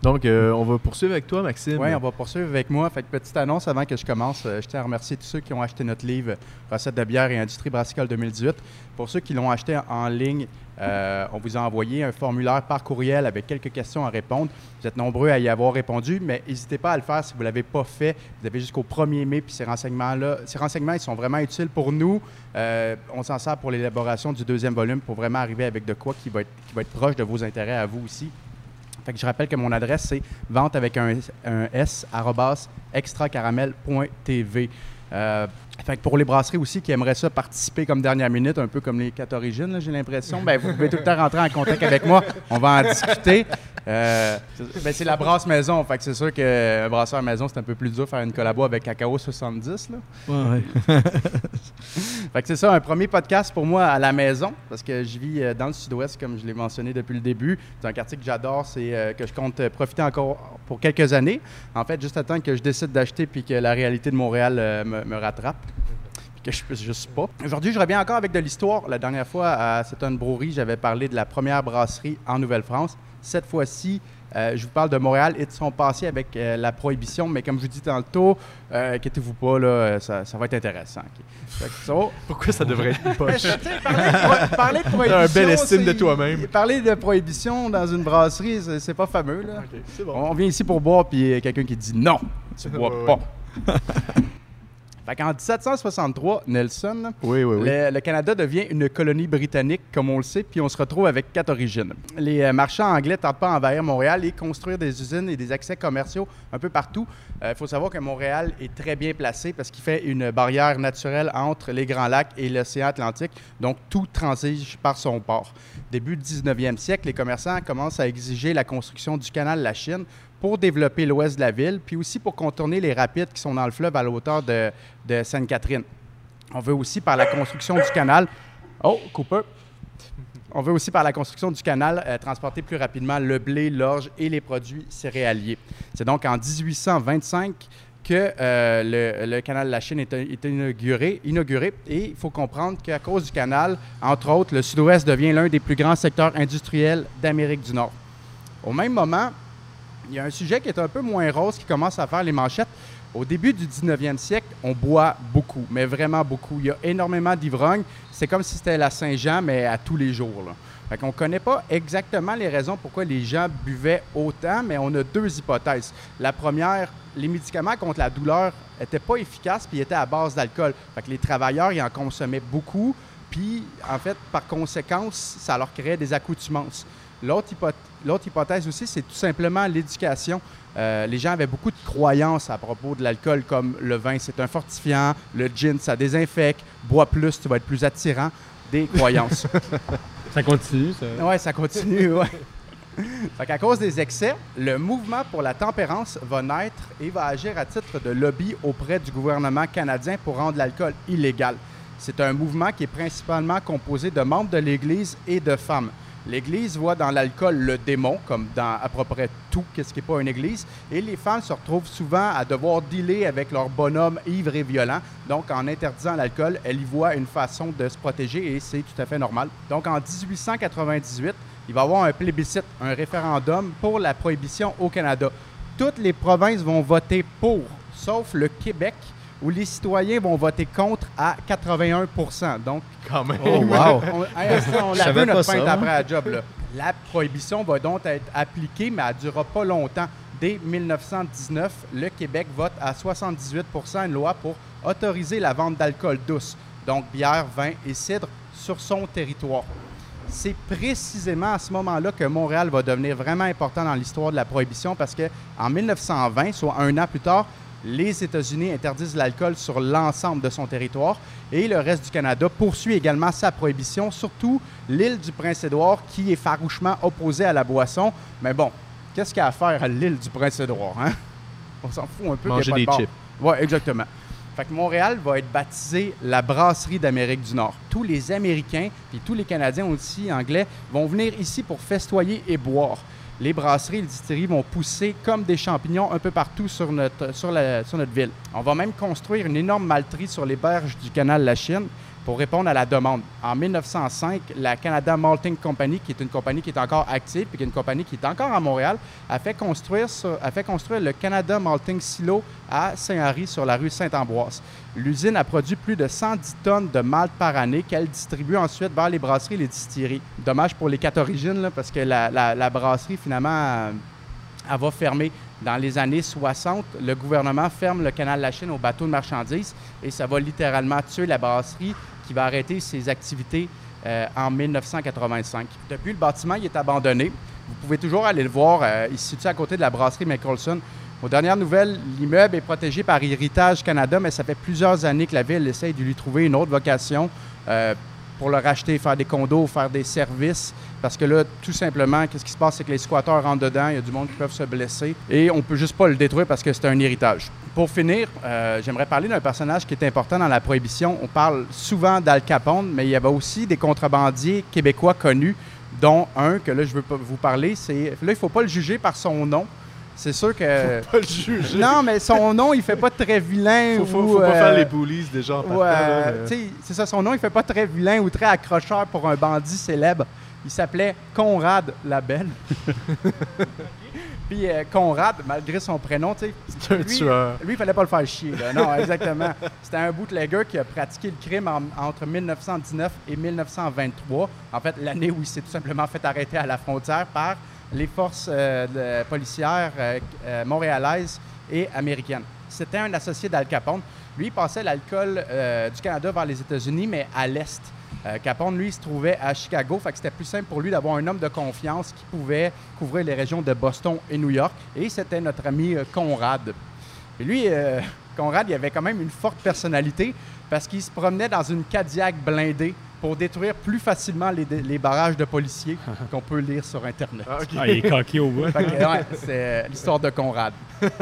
Donc, euh, on va poursuivre avec toi, Maxime. Oui, on va poursuivre avec moi. Fait que petite annonce avant que je commence. Euh, je tiens à remercier tous ceux qui ont acheté notre livre Recettes de bière et industrie brassicole deux mille dix-huit. Pour ceux qui l'ont acheté en ligne, euh, on vous a envoyé un formulaire par courriel avec quelques questions à répondre. Vous êtes nombreux à y avoir répondu, mais n'hésitez pas à le faire si vous ne l'avez pas fait. Vous avez jusqu'au premier mai, puis ces renseignements-là, ces renseignements, ils sont vraiment utiles pour nous. Euh, on s'en sert pour l'élaboration du deuxième volume pour vraiment arriver avec de quoi qui va être, qui va être proche de vos intérêts à vous aussi. Fait que je rappelle que mon adresse, c'est vente avec un, un S, arrobas, extracaramel point t v. Euh, fait que pour les brasseries aussi qui aimeraient ça participer comme dernière minute, un peu comme les quatre origines, là, j'ai l'impression, ben, vous pouvez tout le temps rentrer en contact avec moi. On va en discuter. Euh, c'est, ben, c'est la brasse maison. Fait que c'est sûr qu'un brasseur maison, c'est un peu plus dur de faire une collabo avec Cacao soixante-dix. Là. Ouais, ouais. Fait que c'est ça, un premier podcast pour moi à la maison, parce que je vis euh, dans le sud-ouest, comme je l'ai mentionné depuis le début. C'est un quartier que j'adore, c'est euh, que je compte euh, profiter encore pour quelques années. En fait, juste à temps que je décide d'acheter puis que la réalité de Montréal euh, me, me rattrape. Puis que je puisse juste pas. Aujourd'hui, je reviens encore avec de l'histoire. La dernière fois, à Seton Brewery, j'avais parlé de la première brasserie en Nouvelle-France. Cette fois-ci, euh, je vous parle de Montréal et de son passé avec euh, la prohibition. Mais comme je vous dis tantôt, euh, inquiétez-vous pas, là, ça, ça va être intéressant. Okay. Fait que ça, Pourquoi ça devrait être une poche? parler, de, parler de prohibition, T'as un bel estime de toi-même. Parler de prohibition dans une brasserie, c'est, c'est pas fameux. Là. Okay, c'est bon. On vient ici pour boire, puis il y a quelqu'un qui dit non, tu bois Ouais, pas. Fait qu'en dix-sept cent soixante-trois, Nelson, là, Oui, oui, oui. le, le Canada devient une colonie britannique, comme on le sait, puis on se retrouve avec quatre origines. Les euh, marchands anglais ne tentent pas d'envahir Montréal et construire des usines et des accès commerciaux un peu partout. Il euh, faut savoir que Montréal est très bien placé parce qu'il fait une barrière naturelle entre les Grands Lacs et l'océan Atlantique, donc tout transige par son port. Début du dix-neuvième siècle, les commerçants commencent à exiger la construction du canal de la Chine pour développer l'ouest de la ville, puis aussi pour contourner les rapides qui sont dans le fleuve à la hauteur de, de Sainte-Catherine. On veut aussi, par la construction du canal... Oh, Cooper! On veut aussi, par la construction du canal, euh, transporter plus rapidement le blé, l'orge et les produits céréaliers. C'est donc en dix-huit cent vingt-cinq que euh, le, le canal de la Chine est, est inauguré, inauguré. Et il faut comprendre qu'à cause du canal, entre autres, le sud-ouest devient l'un des plus grands secteurs industriels d'Amérique du Nord. Au même moment, il y a un sujet qui est un peu moins rose qui commence à faire les manchettes. Au début du dix-neuvième siècle, on boit beaucoup, mais vraiment beaucoup. Il y a énormément d'ivrognes. C'est comme si c'était la Saint-Jean, mais à tous les jours. Là. Fait qu'on ne connaît pas exactement les raisons pourquoi les gens buvaient autant, mais on a deux hypothèses. La première, les médicaments contre la douleur n'étaient pas efficaces puis étaient à base d'alcool. Fait que les travailleurs, ils en consommaient beaucoup, puis en fait, par conséquence, ça leur créait des accoutumances. L'autre, hypothèse, l'autre hypothèse aussi, c'est tout simplement l'éducation. Euh, les gens avaient beaucoup de croyances à propos de l'alcool, comme le vin, c'est un fortifiant, le gin, ça désinfecte, bois plus, tu vas être plus attirant. Des croyances. Ça continue, ça. Oui, ça continue, oui. Fait qu'à cause des excès, le mouvement pour la tempérance va naître et va agir à titre de lobby auprès du gouvernement canadien pour rendre l'alcool illégal. C'est un mouvement qui est principalement composé de membres de l'Église et de femmes. L'Église voit dans l'alcool le démon, comme dans à peu près tout ce qui n'est pas une église, et les femmes se retrouvent souvent à devoir dealer avec leur bonhomme ivre et violent. Donc, en interdisant l'alcool, elles y voient une façon de se protéger et c'est tout à fait normal. Donc, en dix-huit cent quatre-vingt-dix-huit, il va y avoir un plébiscite, un référendum pour la prohibition au Canada. Toutes les provinces vont voter pour, sauf le Québec, où les citoyens vont voter contre à quatre-vingt-un pour cent. Donc, Quand même. Oh, wow! on, hey, on Je l'a savais vu, notre pas ça, feinte moi. après la job. Là. La prohibition va donc être appliquée, mais elle ne durera pas longtemps. Dès mille neuf cent dix-neuf, le Québec vote à soixante-dix-huit pour cent une loi pour autoriser la vente d'alcool douce, donc bière, vin et cidre, sur son territoire. C'est précisément à ce moment-là que Montréal va devenir vraiment important dans l'histoire de la prohibition parce qu'en mille neuf cent vingt, soit un an plus tard, les États-Unis interdisent l'alcool sur l'ensemble de son territoire et le reste du Canada poursuit également sa prohibition, surtout l'île du Prince-Édouard qui est farouchement opposée à la boisson. Mais bon, qu'est-ce qu'il y a à faire à l'île du Prince-Édouard, hein? On s'en fout un peu. Manger qu'il y ait des pas de chips. bar. Oui, exactement. Fait que Montréal va être baptisé la brasserie d'Amérique du Nord. Tous les Américains et tous les Canadiens aussi anglais vont venir ici pour festoyer et boire. Les brasseries et les distilleries vont pousser comme des champignons un peu partout sur notre, sur, la, sur notre ville. On va même construire une énorme malterie sur les berges du canal de la Chine. pour répondre à la demande. En mille neuf cent cinq, la Canada Malting Company, qui est une compagnie qui est encore active et qui est une compagnie qui est encore à Montréal, a fait construire, sur, a fait construire le Canada Malting Silo à Saint-Henri sur la rue Saint-Ambroise. L'usine a produit plus de cent dix tonnes de malt par année qu'elle distribue ensuite vers les brasseries et les distilleries. Dommage pour les quatre origines, là, parce que la, la, la brasserie, finalement, euh, elle va fermer. Dans les années soixante, le gouvernement ferme le canal de la Chine aux bateaux de marchandises et ça va littéralement tuer la brasserie qui va arrêter ses activités euh, en mille neuf cent quatre-vingt-cinq. Depuis, le bâtiment il est abandonné. Vous pouvez toujours aller le voir. Euh, il se situe à côté de la brasserie Mickelson. Aux dernières nouvelles, l'immeuble est protégé par Héritage Canada, mais ça fait plusieurs années que la ville essaye de lui trouver une autre vocation euh, pour le racheter, faire des condos, faire des services. Parce que là, tout simplement, qu'est-ce qui se passe, c'est que les squatteurs rentrent dedans, il y a du monde qui peuvent se blesser et on ne peut juste pas le détruire parce que c'est un héritage. Pour finir, euh, j'aimerais parler d'un personnage qui est important dans la Prohibition. On parle souvent d'Al Capone, mais il y avait aussi des contrebandiers québécois connus, dont un que là, je veux vous parler. C'est, là, il ne faut pas le juger par son nom. C'est sûr que... Faut pas le juger. Non, mais son nom, il fait pas très vilain. Faut, faut, ou, faut pas euh... faire les bullies déjà en partant, Ouais, là, mais... tu sais, c'est ça, son nom, il fait pas très vilain ou très accrocheur pour un bandit célèbre. Il s'appelait Conrad Labelle. Puis euh, Conrad, malgré son prénom, tu sais, c'est un lui, tueur. Lui, il fallait pas le faire chier. Là. Non, exactement. C'était un bootlegger qui a pratiqué le crime en, entre mille neuf cent dix-neuf et mille neuf cent vingt-trois. En fait, l'année où il s'est tout simplement fait arrêter à la frontière par les forces euh, de, policières euh, euh, montréalaises et américaines. C'était un associé d'Al Capone. Lui, il passait l'alcool euh, du Canada vers les États-Unis, mais à l'est. Euh, Capone, lui, il se trouvait à Chicago, fait que c'était plus simple pour lui d'avoir un homme de confiance qui pouvait couvrir les régions de Boston et New York. Et c'était notre ami euh, Conrad. Et lui, euh, Conrad, il avait quand même une forte personnalité parce qu'il se promenait dans une Cadillac blindée pour détruire plus facilement les, les barrages de policiers qu'on peut lire sur Internet. Ah, okay. Ah, il est coquille au bout. Fait que, ouais, c'est l'histoire de Conrad.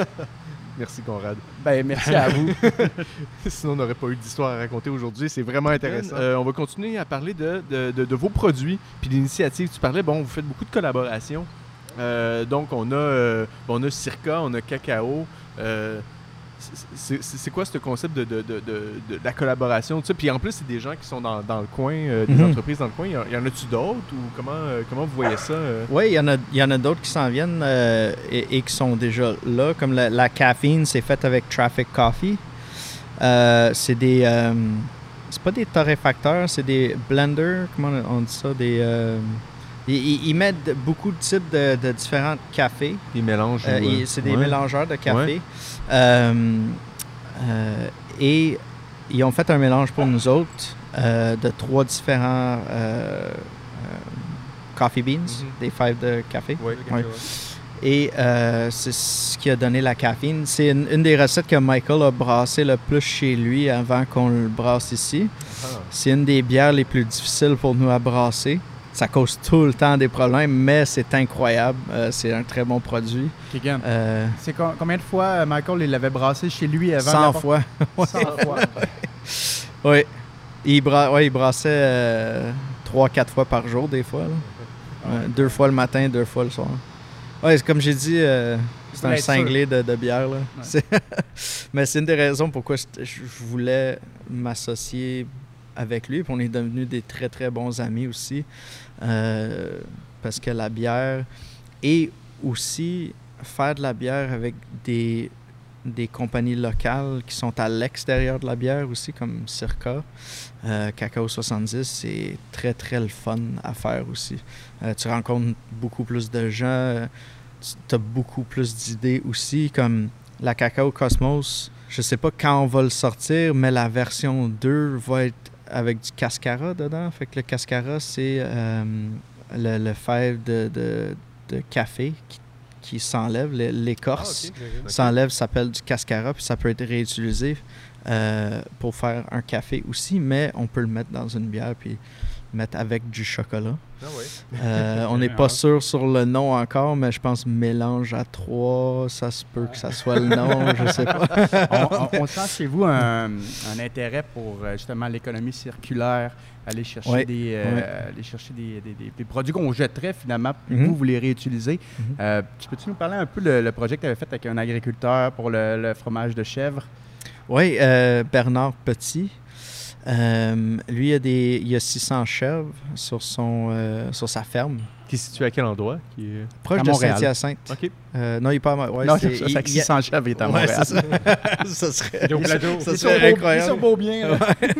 Merci, Conrad. Ben, merci à vous. Sinon, on n'aurait pas eu d'histoire à raconter aujourd'hui. C'est vraiment intéressant. Euh, on va continuer à parler de, de, de, de vos produits puis d'initiatives. Tu parlais, bon, vous faites beaucoup de collaborations. Euh, donc, on a, euh, on a Circa, on a Cacao. Euh, c'est, c'est, c'est quoi ce concept de, de, de, de, de la collaboration? Puis en plus, c'est des gens qui sont dans, dans le coin, euh, des mm-hmm. entreprises dans le coin. Il y en a-tu d'autres ou comment, euh, comment vous voyez ça? Euh? Oui, il y en a, il y en a d'autres qui s'en viennent euh, et, et qui sont déjà là. Comme la, la caféine, c'est fait avec Traffic Coffee. Euh, c'est des... Euh, c'est pas des torréfacteurs, c'est des blenders. Comment on dit ça? Des... Euh, Ils, ils mettent beaucoup de types de, de différents cafés. Des mélanges. Euh, ouais. C'est des ouais. mélangeurs de café. Ouais. Euh, euh, et ils ont fait un mélange pour nous autres euh, de trois différents euh, euh, coffee beans, mm-hmm. des fèves de café. Ouais, ouais. ouais. Et euh, c'est ce qui a donné la caféine. C'est une, une des recettes que Michael a brassé le plus chez lui avant qu'on le brasse ici. Ah. C'est une des bières les plus difficiles pour nous à brasser. Ça cause tout le temps des problèmes, mais c'est incroyable. Euh, c'est un très bon produit. Keegan, euh, c'est co- combien de fois Michael il l'avait brassé chez lui avant? cent fois. cent fois. Oui. Il, bra- ouais, il brassait euh, trois quatre fois par jour, des fois. Là. Euh, deux fois le matin, deux fois le soir. Oui, c'est comme j'ai dit, euh, c'est un cinglé de, de bière. Là. Ouais. C'est mais c'est une des raisons pourquoi je, je voulais m'associer avec lui. Puis on est devenus des très, très bons amis aussi. Euh, parce que la bière et aussi faire de la bière avec des, des compagnies locales qui sont à l'extérieur de la bière aussi, comme Circa, euh, Cacao soixante-dix, c'est très, très le fun à faire aussi. Euh, tu rencontres beaucoup plus de gens, tu as beaucoup plus d'idées aussi, comme la Cacao Cosmos. Je sais pas quand on va le sortir, mais la version deux va être avec du cascara dedans. Fait que le cascara, c'est euh, le, le fève de, de, de café qui, qui s'enlève, l'écorce ah, okay. okay. s'enlève, ça s'appelle du cascara, puis ça peut être réutilisé euh, pour faire un café aussi, mais on peut le mettre dans une bière puis mettre avec du chocolat. Ah oui. euh, on n'est pas sûr sur le nom encore, mais je pense mélange à trois, ça se peut que ça soit le nom, je sais pas. on, on, on sent chez vous un, un intérêt pour justement l'économie circulaire, aller chercher, oui. des, euh, oui. aller chercher des, des, des, des produits qu'on jetterait finalement, puis mm-hmm. vous, vous les réutilisez. Mm-hmm. Euh, tu peux-tu nous parler un peu le, le projet que tu avais fait avec un agriculteur pour le, le fromage de chèvre? Oui, euh, Bernard Petit. Euh, lui, il a, des, il a six cents chèvres sur, son, euh, sur sa ferme. Qui est situé à quel endroit? Qui est... Proche À de Montréal. Saint-Hyacinthe. OK. Euh, non, il est pas à Montréal. Ouais, non, c'est, ça il, fait que il- six cents chèvres est à Ouais, Montréal. c'est ça. ça serait, Il est au plateau. ça Il est sur serait Beau- il est incroyable. sur Beaubien. là.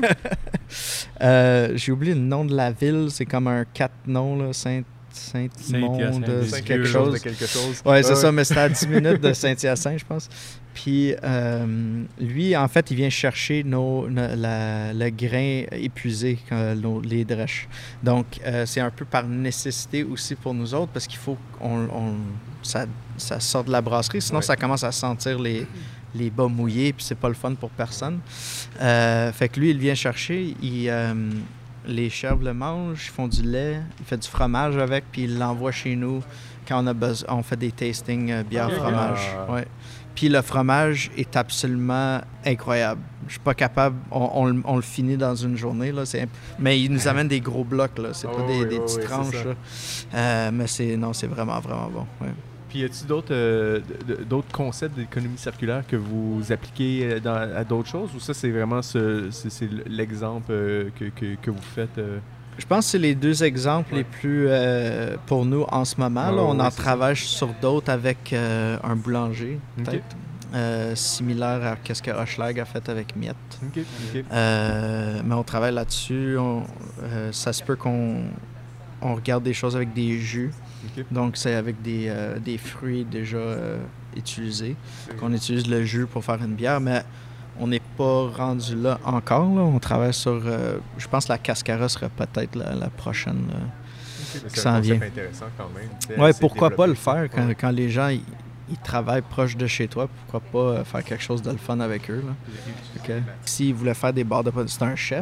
Euh, j'ai oublié le nom de la ville. C'est comme un quatre noms, là. Saint, Saint-Monde, Saint-Hyacinthe, euh, c'est quelque quelque chose. de quelque chose. Ouais, c'est Ouais, ça, ouais. mais c'était à dix minutes de Saint-Hyacinthe, je pense. Puis euh, lui, en fait, il vient chercher nos, no- la- le grain épuisé, euh, nos- les drèches. Donc, euh, c'est un peu par nécessité aussi pour nous autres, parce qu'il faut qu'on on- ça, ça sorte de la brasserie, sinon Ouais. ça commence à sentir les, les bas mouillés, puis c'est pas le fun pour personne. Euh, fait que lui, il vient chercher, il, euh, les chèvres le mangent, ils font du lait, il fait du fromage avec, puis il l'envoie chez nous quand on a besoin, on fait des tastings euh, bière Ah. fromage. Ouais. Puis le fromage est absolument incroyable. Je suis pas capable, on, on le- on le finit dans une journée là, c'est imp- mais il nous amène des gros blocs là, c'est Ah pas oui, des, oui, des oui, petites oui, c'est tranches ça. là. Euh, mais c'est non, c'est vraiment vraiment bon. Ouais. Puis y a-t-il d'autres euh, d- d- d'autres concepts d'économie circulaire que vous appliquez euh, dans- à d'autres choses ou ça c'est vraiment ce, c'est, c'est l'exemple euh, que, que, que vous faites euh? Je pense que c'est les deux exemples Ouais. les plus euh, pour nous en ce moment. Ouais, là, on ouais, en c'est travaille sur d'autres avec euh, un boulanger, Ok. peut-être. Euh, similaire à ce que Hochelag a fait avec Miette. OK, OK. Euh, mais on travaille là-dessus. On- euh, ça se peut qu'on on regarde des choses avec des jus. OK. Donc, c'est avec des, euh, des fruits déjà euh, utilisés. Qu'on utilise le jus pour faire une bière, mais on n'est pas rendu là encore. Là. On travaille sur... euh, je pense que la Cascara serait peut-être la, la prochaine. là. OK, mais qui c'est s'en un concept vient. intéressant quand même. tu sais, Ouais, assez pourquoi pas le développé. faire quand, Ouais. quand les gens ils, ils travaillent proche de chez toi? Pourquoi pas euh, faire quelque chose de le fun avec eux? Là. Fait que S'ils voulaient faire des barres de potes, c'est un chef.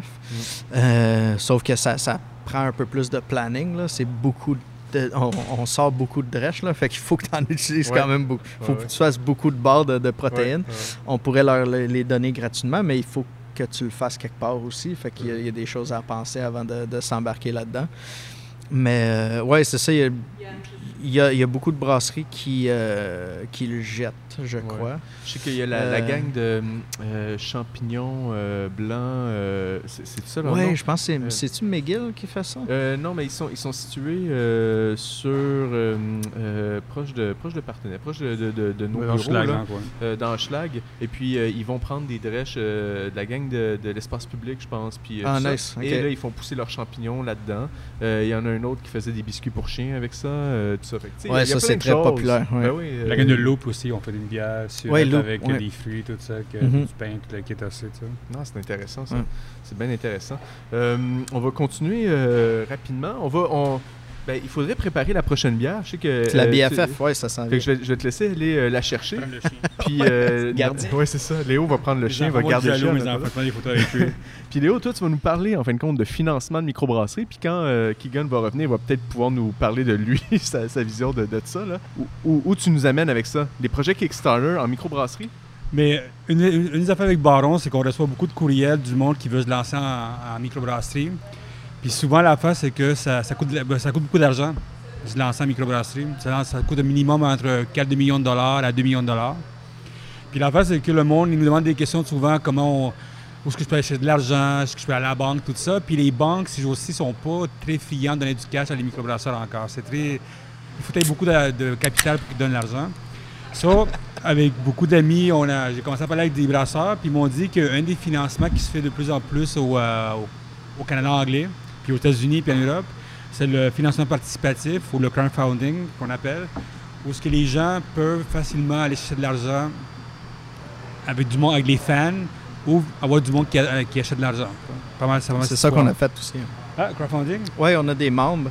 Euh, sauf que ça, ça prend un peu plus de planning. Là. C'est beaucoup de- on, on sort beaucoup de drèches, là, fait qu'il faut que tu en utilises Ouais. quand même beaucoup. Il faut Ouais, que ouais. tu fasses beaucoup de barres de, de protéines. Ouais, ouais. On pourrait leur les les donner gratuitement, mais il faut que tu le fasses quelque part aussi. Fait qu'il y a, il y a des choses à penser avant de, de s'embarquer là-dedans. Mais euh, ouais, c'est ça. Il y a, il y a- il y a beaucoup de brasseries qui, euh, qui le jettent, je Ouais. crois. Je sais qu'il y a la, la Euh, gang de euh, champignons euh, blancs. euh, c'est, c'est ça leur Ouais, nom? je pense que c'est, Euh, c'est-tu McGill qui fait ça? Euh, non, mais ils sont, ils sont situés euh, sur euh, euh, proche de proche de Partenay, proche de, de, de, de nos Ouais, bureaux, dans Schlag, là, hein, quoi. euh, dans Schlag. Et puis euh, ils vont prendre des drèches euh, de la gang de, de l'espace public, je pense. Puis, euh, Ah, tout ça. nice, ok. Et là, ils font pousser leurs champignons là-dedans. Euh, Il y en a un autre qui faisait des biscuits pour chiens avec ça. euh, tout ça. Fait que, tu sais, Ouais, il y a ça, plein c'est de très choses. populaire, ouais. Ben oui, euh, La gamme de Loop aussi, on fait une bière surette Ouais, Loop, avec ouais. des fruits, tout ça, que, Mhm. du pain, tout le kit assez, tu sais. Non, c'est intéressant ça. Ouais. C'est bien intéressant. Euh, on va continuer euh, rapidement. On va, on, ben, il faudrait préparer la prochaine bière. Je sais que C'est la euh, B F tu- F, ouais, ça s'en Fait vient. que je, vais, je vais te laisser aller euh, la chercher. Prendre le chien. Puis, euh, Gardien. ouais, c'est ça. Léo va prendre le Les chien, enfants va vont garder être le jaloux, chien. mes en enfants, attendant. prendre des photos avec eux. Puis Léo, toi, tu vas nous parler en fin de compte de financement de microbrasserie. Puis quand euh, Keegan va revenir, il va peut-être pouvoir nous parler de lui, sa, sa vision de, de ça. Là. Où, où- où tu nous amènes avec ça? Les projets Kickstarter en microbrasserie? Mais une, une, une des affaires avec Baron, c'est qu'on reçoit beaucoup de courriels du monde qui veut se lancer en, en microbrasserie. Puis souvent, l'affaire, c'est que ça, ça, coûte, de la- ben, ça coûte beaucoup d'argent de se lancer en microbrasserie. Ça, ça coûte un minimum entre quatre millions de dollars à deux millions de dollars. Puis l'affaire, c'est que le monde, il nous demande des questions souvent, comment on, où est-ce que je peux acheter de l'argent, est-ce que je peux aller à la banque, tout ça. Puis les banques, si aussi, sont pas très friands de donner du cash à les microbrasseurs encore. C'est très... Il faut avoir beaucoup de, de capital pour qu'ils donnent l'argent. Ça, avec beaucoup d'amis, on a, j'ai commencé à parler avec des brasseurs, puis ils m'ont dit qu'un des financements qui se fait de plus en plus au, euh, au, au Canada anglais, puis aux États-Unis, puis en Europe, c'est le financement participatif ou le crowdfunding qu'on appelle, où ce que les gens peuvent facilement aller chercher de l'argent avec du monde, avec les fans, ou avoir du monde qui, a- qui achète de l'argent. quoi. Pas mal, c'est pas mal C'est cette ça qu'on a histoire. fait aussi. Ah, crowdfunding? Oui, on a des membres.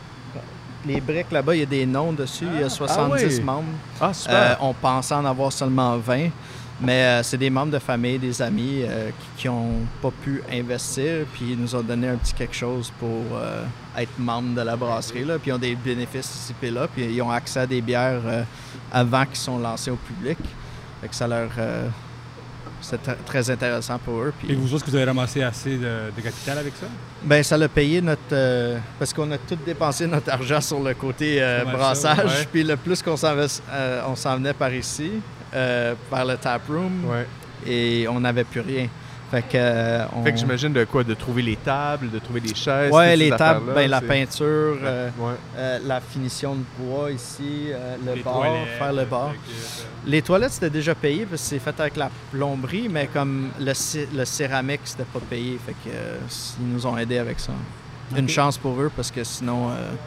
Les briques là-bas, il y a des noms dessus. Il y a soixante-dix ouais. membres. Ah, super! Euh, on pensait en avoir seulement vingt. Mais euh, c'est des membres de famille, des amis euh, qui n'ont pas pu investir. Puis ils nous ont donné un petit quelque chose pour euh, être membres de la brasserie. Là. Puis ils ont des bénéfices ici et là. Puis ils ont accès à des bières euh, avant qu'ils sont lancés au public. Fait que ça leur... euh, c'est tr- très intéressant pour eux. Puis, Et vous autres, est-ce que vous avez ramassé assez de, de capital avec ça? ben, ça l'a payé notre... euh, parce qu'on a tout dépensé notre argent sur le côté euh, C'est pas mal ça, brassage. ouais. Puis le plus qu'on s'en, va- euh, on s'en venait par ici, euh, par le taproom, Ouais. et on n'avait plus rien. Fait que, euh, on... Fait que j'imagine de quoi? De trouver les tables, de trouver des chaises. Ouais, toutes les ces tables, affaires-là, ben, la c'est- peinture, euh, Ouais. euh, la finition de bois ici, euh, le Les bar, toilettes, faire le bar. avec, euh, Les toilettes, c'était déjà payé parce que c'est fait avec la plomberie, mais comme le, cé- le céramique, c'était pas payé. Fait que euh, ils nous ont aidés avec ça. Une chance pour eux parce que sinon,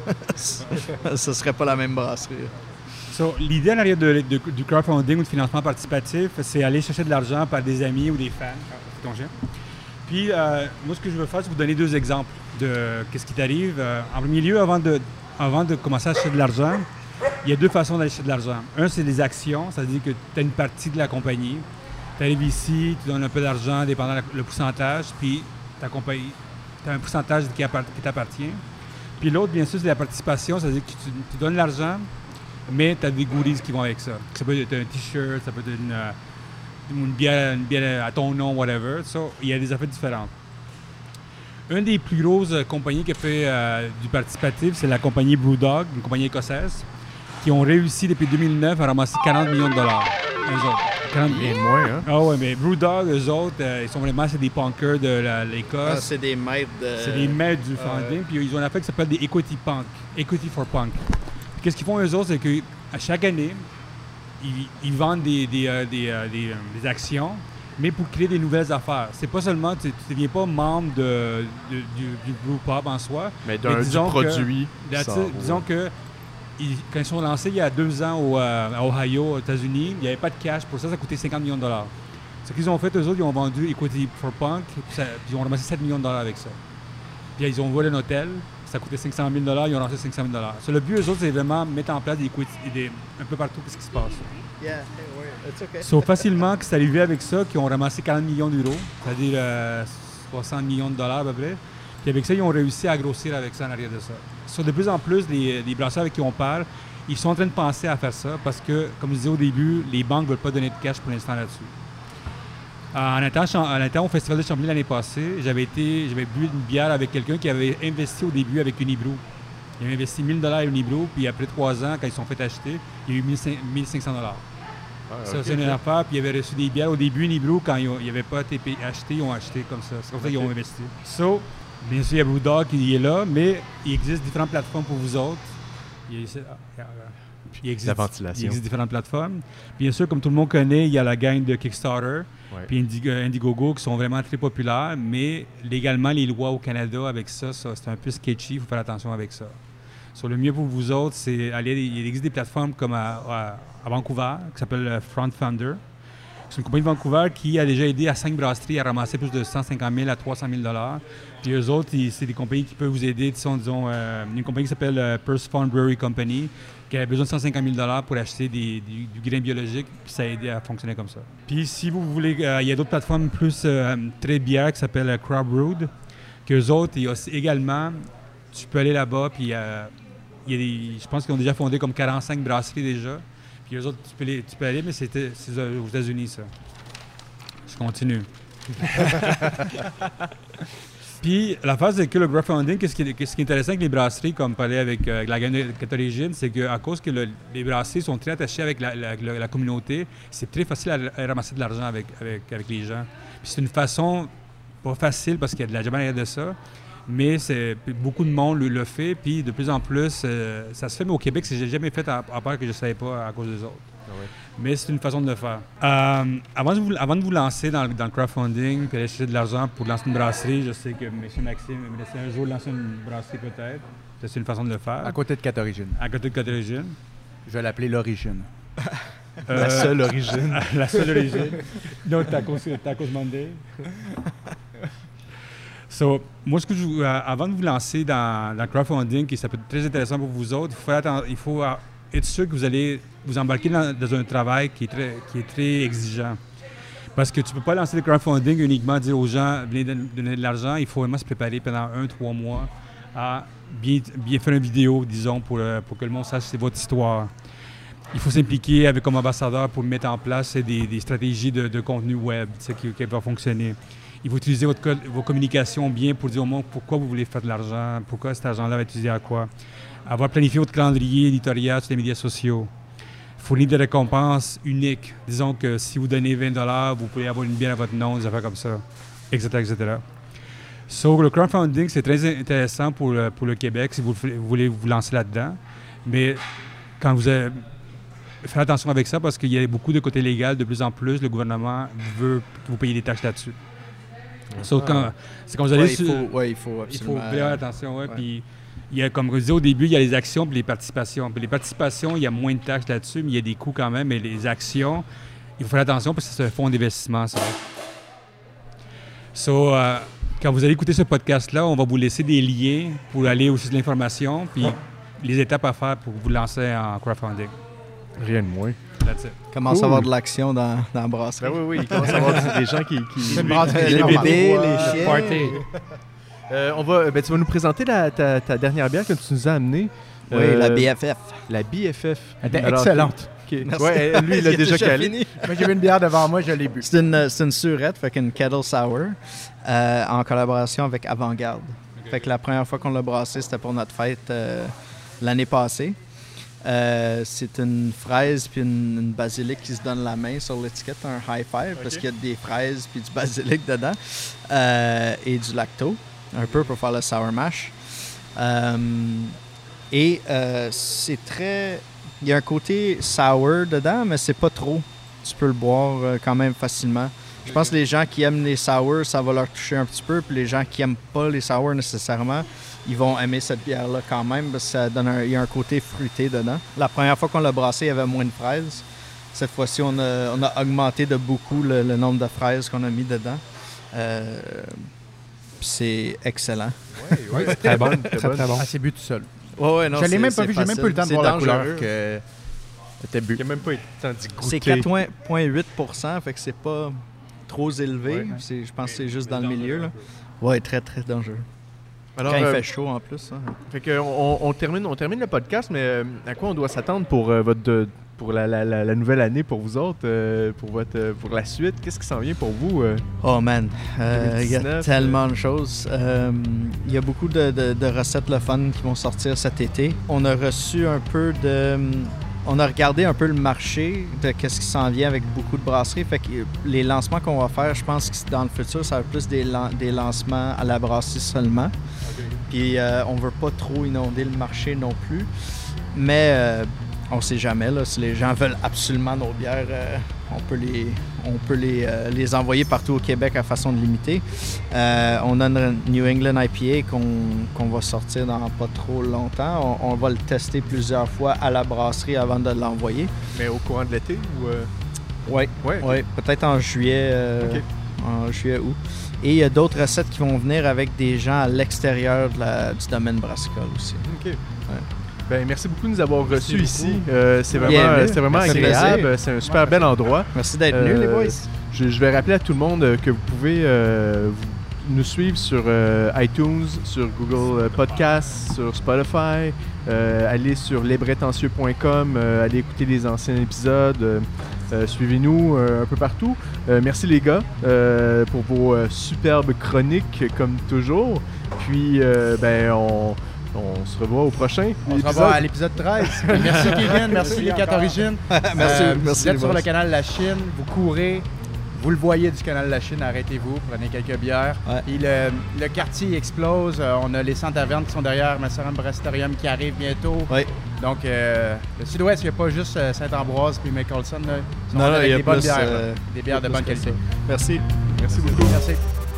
euh, ce serait pas la même brasserie. So, l'idée en arrière de- de- du crowdfunding ou du financement participatif, c'est aller chercher de l'argent par des amis ou des fans. Ah, c'est ton chien. Puis, euh, moi, ce que je veux faire, c'est vous donner deux exemples de qu'est-ce qui t'arrive. Euh, en premier lieu, avant de, avant de commencer à acheter de l'argent, il y a deux façons d'acheter de l'argent. Un, c'est des actions, c'est-à-dire que tu as une partie de la compagnie. Tu arrives ici, tu donnes un peu d'argent dépendant le pourcentage, puis ta compagnie, tu as un pourcentage qui, appart- qui t'appartient. Puis l'autre, bien sûr, c'est la participation, c'est-à-dire que tu, tu donnes l'argent, mais tu as des goodies qui vont avec ça. Ça peut être un t-shirt, ça peut être une, euh, une, bière, une bière à ton nom, whatever. So, il y a des affaires différentes. Une des plus grosses euh, compagnies qui a fait euh, du participatif, c'est la compagnie Brewdog, une compagnie écossaise, qui ont réussi depuis deux mille neuf à ramasser quarante millions de dollars. Eux autres. quarante Bien de moins, hein? Ah ouais, mais Brewdog, eux autres, euh, ils sont vraiment, c'est des punkers de la- Ah, l'Écosse. c'est des maîtres de... C'est des maîtres du funding, puis ils ont une affaire qui s'appelle des Equity Punk, Equity for Punk. Puis qu'est-ce qu'ils font eux autres, c'est qu'à chaque année, ils, ils vendent des, des, euh, des, euh, des, euh, des actions, mais pour créer des nouvelles affaires. C'est pas seulement, tu ne deviens pas membre de, de- du, du Brew Pub en soi. Mais d'un Mais du disons que- produit. That's ça it. vaut- Disons que ils- quand ils sont lancés il y a deux ans au, euh, à Ohio, aux États-Unis, il n'y avait pas de cash. Pour ça, ça coûtait cinquante millions de dollars. Ce qu'ils ont fait, eux autres, ils ont vendu Equity for Punk, puis, ça- puis ils ont ramassé sept millions de dollars avec ça. Puis ils ont volé un hôtel, ça coûtait cinq cent mille dollars, ils ont lancé cinq cent mille dollars. So, le but, eux autres, c'est vraiment mettre en place des equity, des, un peu partout ce qui se passe. Yeah, ouais, it's okay. So, facilement, que c'est arrivé avec ça, qu'ils ont ramassé quarante millions d'euros, c'est-à-dire euh, soixante millions de dollars à peu près. Puis avec ça, ils ont réussi à grossir avec ça en arrière de ça. So, de plus en plus, les, les brasseurs avec qui on parle, ils sont en train de penser à faire ça parce que, comme je disais au début, les banques ne veulent pas donner de cash pour l'instant là-dessus. En étant, cham- en étant au Festival de Chambly l'année passée, j'avais été, j'avais bu une bière avec quelqu'un qui avait investi au début avec Unibrew. Il avait investi mille dollars à Unibrew, puis après trois ans, quand ils se sont fait acheter, il y a eu mille cinq cents dollars. Ah, Ça, ok, c'est une ok. affaire. Puis ils avaient reçu des bières. Au début, Unibrew, quand ils n'avaient pas été payés- achetés, ils ont acheté comme ça. C'est comme ça qu'ils ont Ok. investi. So, bien sûr, il y a Brewdog qui est là, mais il existe différentes plateformes pour vous autres. Il, y a- ah, il existe, La ventilation. il existe différentes plateformes. Bien sûr, comme tout le monde connaît, il y a la gang de Kickstarter, Ouais. puis Indigo- Indiegogo qui sont vraiment très populaires, mais légalement, les lois au Canada avec ça, ça c'est un peu sketchy, il faut faire attention avec ça. So, le mieux pour vous autres, c'est aller. Il existe des plateformes comme à, à- à Vancouver, qui s'appelle euh, Front Thunder. C'est une compagnie de Vancouver qui a déjà aidé à cinq brasseries à ramasser plus de cent cinquante mille à trois cent mille dollars. Puis eux autres, ils- c'est des compagnies qui peuvent vous aider. Qui sont, disons, euh, une compagnie qui s'appelle euh, Purse Farm Brewery Company, qui a besoin de cent cinquante mille dollars pour acheter des, du, du grain biologique, puis ça a aidé à fonctionner comme ça. Puis si vous voulez, euh, il y a d'autres plateformes plus euh, très bières qui s'appellent euh, Crab Brewed, qu'eux autres, il y a aussi également, tu peux aller là-bas, puis euh, il y a des, je pense qu'ils ont déjà fondé comme quarante-cinq brasseries déjà. Puis eux autres, tu peux, les- tu peux aller, mais c'était, c'est aux États-Unis, ça. Je continue. Puis la phase c'est que le crowdfunding, qu'est-ce qui, est- qu'est-ce qui est intéressant avec les brasseries, comme parlait avec, euh, avec la gang de Catorigine, c'est qu'à cause que le- les brasseries sont très attachées avec la, la- la- la communauté, c'est très facile à, à ramasser de l'argent avec, avec, avec les gens. Puis c'est une façon, pas facile parce qu'il y a de la job derrière de ça, mais c'est, beaucoup de monde le, le fait, puis de plus en plus, euh, ça se fait, mais au Québec, c'est jamais fait à, à part que je ne savais pas à cause des autres. Ah ouais. Mais c'est une façon de le faire. Euh, avant, de vous, avant de vous lancer dans, le- dans le crowdfunding, puis aller chercher de l'argent pour lancer une brasserie, je sais que M. Maxime me laisser un jour lancer une brasserie peut-être. Ça, c'est une façon de le faire. À côté de Catorigine. À côté de Côte-Origine. Je vais l'appeler l'origine. Euh, La seule origine. la seule origine. Donc, Tacos, Tacos Monday. So, moi, ce que je, euh, avant de vous lancer dans, dans le crowdfunding, qui ça peut être très intéressant pour vous autres, il faut, faire atten- il faut euh, être sûr que vous allez vous embarquer dans, dans un travail qui est, très, qui est très exigeant. Parce que tu ne peux pas lancer le crowdfunding uniquement dire aux gens « venez don- donner de l'argent ». Il faut vraiment se préparer pendant un, trois mois à bien, bien faire une vidéo, disons, pour, euh, pour que le monde sache c'est votre histoire. Il faut s'impliquer avec comme ambassadeur pour mettre en place des, des stratégies de, de contenu web tu sais, qui, qui vont fonctionner. Il faut utiliser votre, co- vos communications bien pour dire au monde pourquoi vous voulez faire de l'argent, pourquoi cet argent-là va être utilisé à quoi. Avoir planifié votre calendrier éditorial sur les médias sociaux. Fournir des récompenses uniques. Disons que si vous donnez vingt dollars, vous pouvez avoir une bière à votre nom, des affaires comme ça. et cetera, et cetera. So, le crowdfunding, c'est très intéressant pour le, pour le Québec si vous, vous voulez vous lancer là-dedans. Mais quand vous avez, faites attention avec ça parce qu'il y a beaucoup de côté légal. De plus en plus, le gouvernement veut que vous payiez des taxes là-dessus. So, quand, c'est quand vous allez Ouais, sur... il faut, ouais, il faut Il faut absolument... faire attention, ouais. ouais. Puis, il y a, comme je disais au début, il y a les actions et les participations. Puis les participations, il y a moins de taxes là-dessus, mais il y a des coûts quand même. Mais les actions, il faut faire attention parce que c'est un fonds d'investissement, ça. So, euh, quand vous allez écouter ce podcast-là, on va vous laisser des liens pour aller aussi de l'information, puis les étapes à faire pour vous lancer en crowdfunding. Rien de moins. That's it. Commence Cool. à avoir de l'action dans, dans la brasserie. Ben oui, oui, il commence à y avoir des gens qui... qui... C'est une brasserie Les normale. bébés, Ouais. les chiens. Party. Euh, on va, ben, tu vas nous présenter la, ta, ta dernière bière que tu nous as amenée. Oui, Euh, la B F F. La B F F. Elle était Alors, excellente. ok. Merci. Ouais, lui, il l'a est déjà calé. fini. Moi, j'ai vu une bière devant moi, je l'ai bu. C'est une, c'est une surette, fait qu'une kettle sour, euh, en collaboration avec Avant-Garde. Fait que la première fois qu'on l'a brassé, c'était pour notre fête euh, l'année passée. Euh, c'est une fraise puis une, une basilic qui se donne la main sur l'étiquette, un high five, parce qu'il y a des fraises puis du basilic dedans, euh, et du lacto, un peu pour faire le sour mash. Euh, et euh, c'est très... Il y a un côté sour dedans, mais c'est pas trop. Tu peux le boire euh, quand même facilement. Je pense que les gens qui aiment les sours, ça va leur toucher un petit peu, puis les gens qui aiment pas les sours nécessairement, ils vont aimer cette bière-là quand même, parce que ça donne un, il y a un côté fruité dedans. La première fois qu'on l'a brassé, il y avait moins de fraises. Cette fois-ci, on a, on a augmenté de beaucoup le, le nombre de fraises qu'on a mis dedans. Euh, puis c'est excellent. Ouais, ouais, Très bon. très Très, bonne. très bon. Ah, c'est bu tout seul. Ouais, ouais, non, Je l'ai c'est- même pas c'est vu, j'ai même facile. pas eu le temps de C'est voir la couleur dangereux. que c'était bu. Il n'y a même pas été le temps d'y goûter. C'est quatre virgule huit pour cent, fait que c'est pas trop élevé. Ouais. C'est- Je pense que c'est juste dans le milieu. Là. Ouais, très, très dangereux. Alors, Quand il euh, fait chaud en plus. hein. fait que on, on termine, on termine le podcast, mais euh, à quoi on doit s'attendre pour, euh, votre, de- pour la, la- la- la nouvelle année pour vous autres, euh, pour, votre, euh, pour la suite? Qu'est-ce qui s'en vient pour vous? euh? Oh man, Euh, il y a deux mille dix-neuf, tellement de choses. Euh, Il y a beaucoup de, de- de recettes le fun qui vont sortir cet été. On a reçu un peu de... On a regardé un peu le marché de qu'est-ce qui s'en vient avec beaucoup de brasseries. Fait que les lancements qu'on va faire, je pense que dans le futur, ça va être plus des, lan- des lancements à la brasserie seulement. Puis euh, on veut pas trop inonder le marché non plus. Mais euh, on sait jamais, là, si les gens veulent absolument nos bières, euh, on peut les, on peut les, euh, les envoyer partout au Québec à façon de limiter. Euh, on a une New England I P A qu'on qu'on va sortir dans pas trop longtemps. On, on va le tester plusieurs fois à la brasserie avant de l'envoyer. Mais au courant de l'été? Ou, euh? Oui, Ouais, ok. ouais, peut-être en juillet, euh, Ok. en juillet août. Et il y a d'autres recettes qui vont venir avec des gens à l'extérieur de la- du domaine brassicole aussi. OK. Ben, merci beaucoup de nous avoir reçus beaucoup. ici. Euh, c'est vraiment, Bienvenue. euh, c'était vraiment Ça fait agréable. plaisir. C'est un super bel endroit. Merci d'être Euh, venus, les boys. Je, je vais rappeler à tout le monde euh, que vous pouvez euh, vous- nous suivre sur euh, iTunes, sur Google euh, Podcasts, sur Spotify, euh, aller sur lesbretencieux point com, euh, aller écouter les anciens épisodes. euh, euh, Suivez-nous euh, un peu partout. Euh, merci les gars euh, pour vos euh, superbes chroniques comme toujours. Puis euh, ben on, on se revoit au prochain On se épisode. revoit à l'épisode treize. Merci Keegan, merci les quatre origines. Merci, Euh, merci, Vous êtes les sur boys. le canal La Chine, vous courez, vous le voyez du canal La Chine, arrêtez-vous, prenez quelques bières. Ouais. Et le, le quartier explose, euh, on a les cent tavernes qui sont derrière, Massaram Brastorium qui arrive bientôt. Oui. Donc euh, le sud-ouest, il n'y a pas juste euh, Saint-Ambroise puis McColson. Là. Ils sont Non, non, avec il y a des bonnes plus, bières, là. euh, des bières de plus bonne que qualité. ça. Merci. Merci beaucoup. Merci.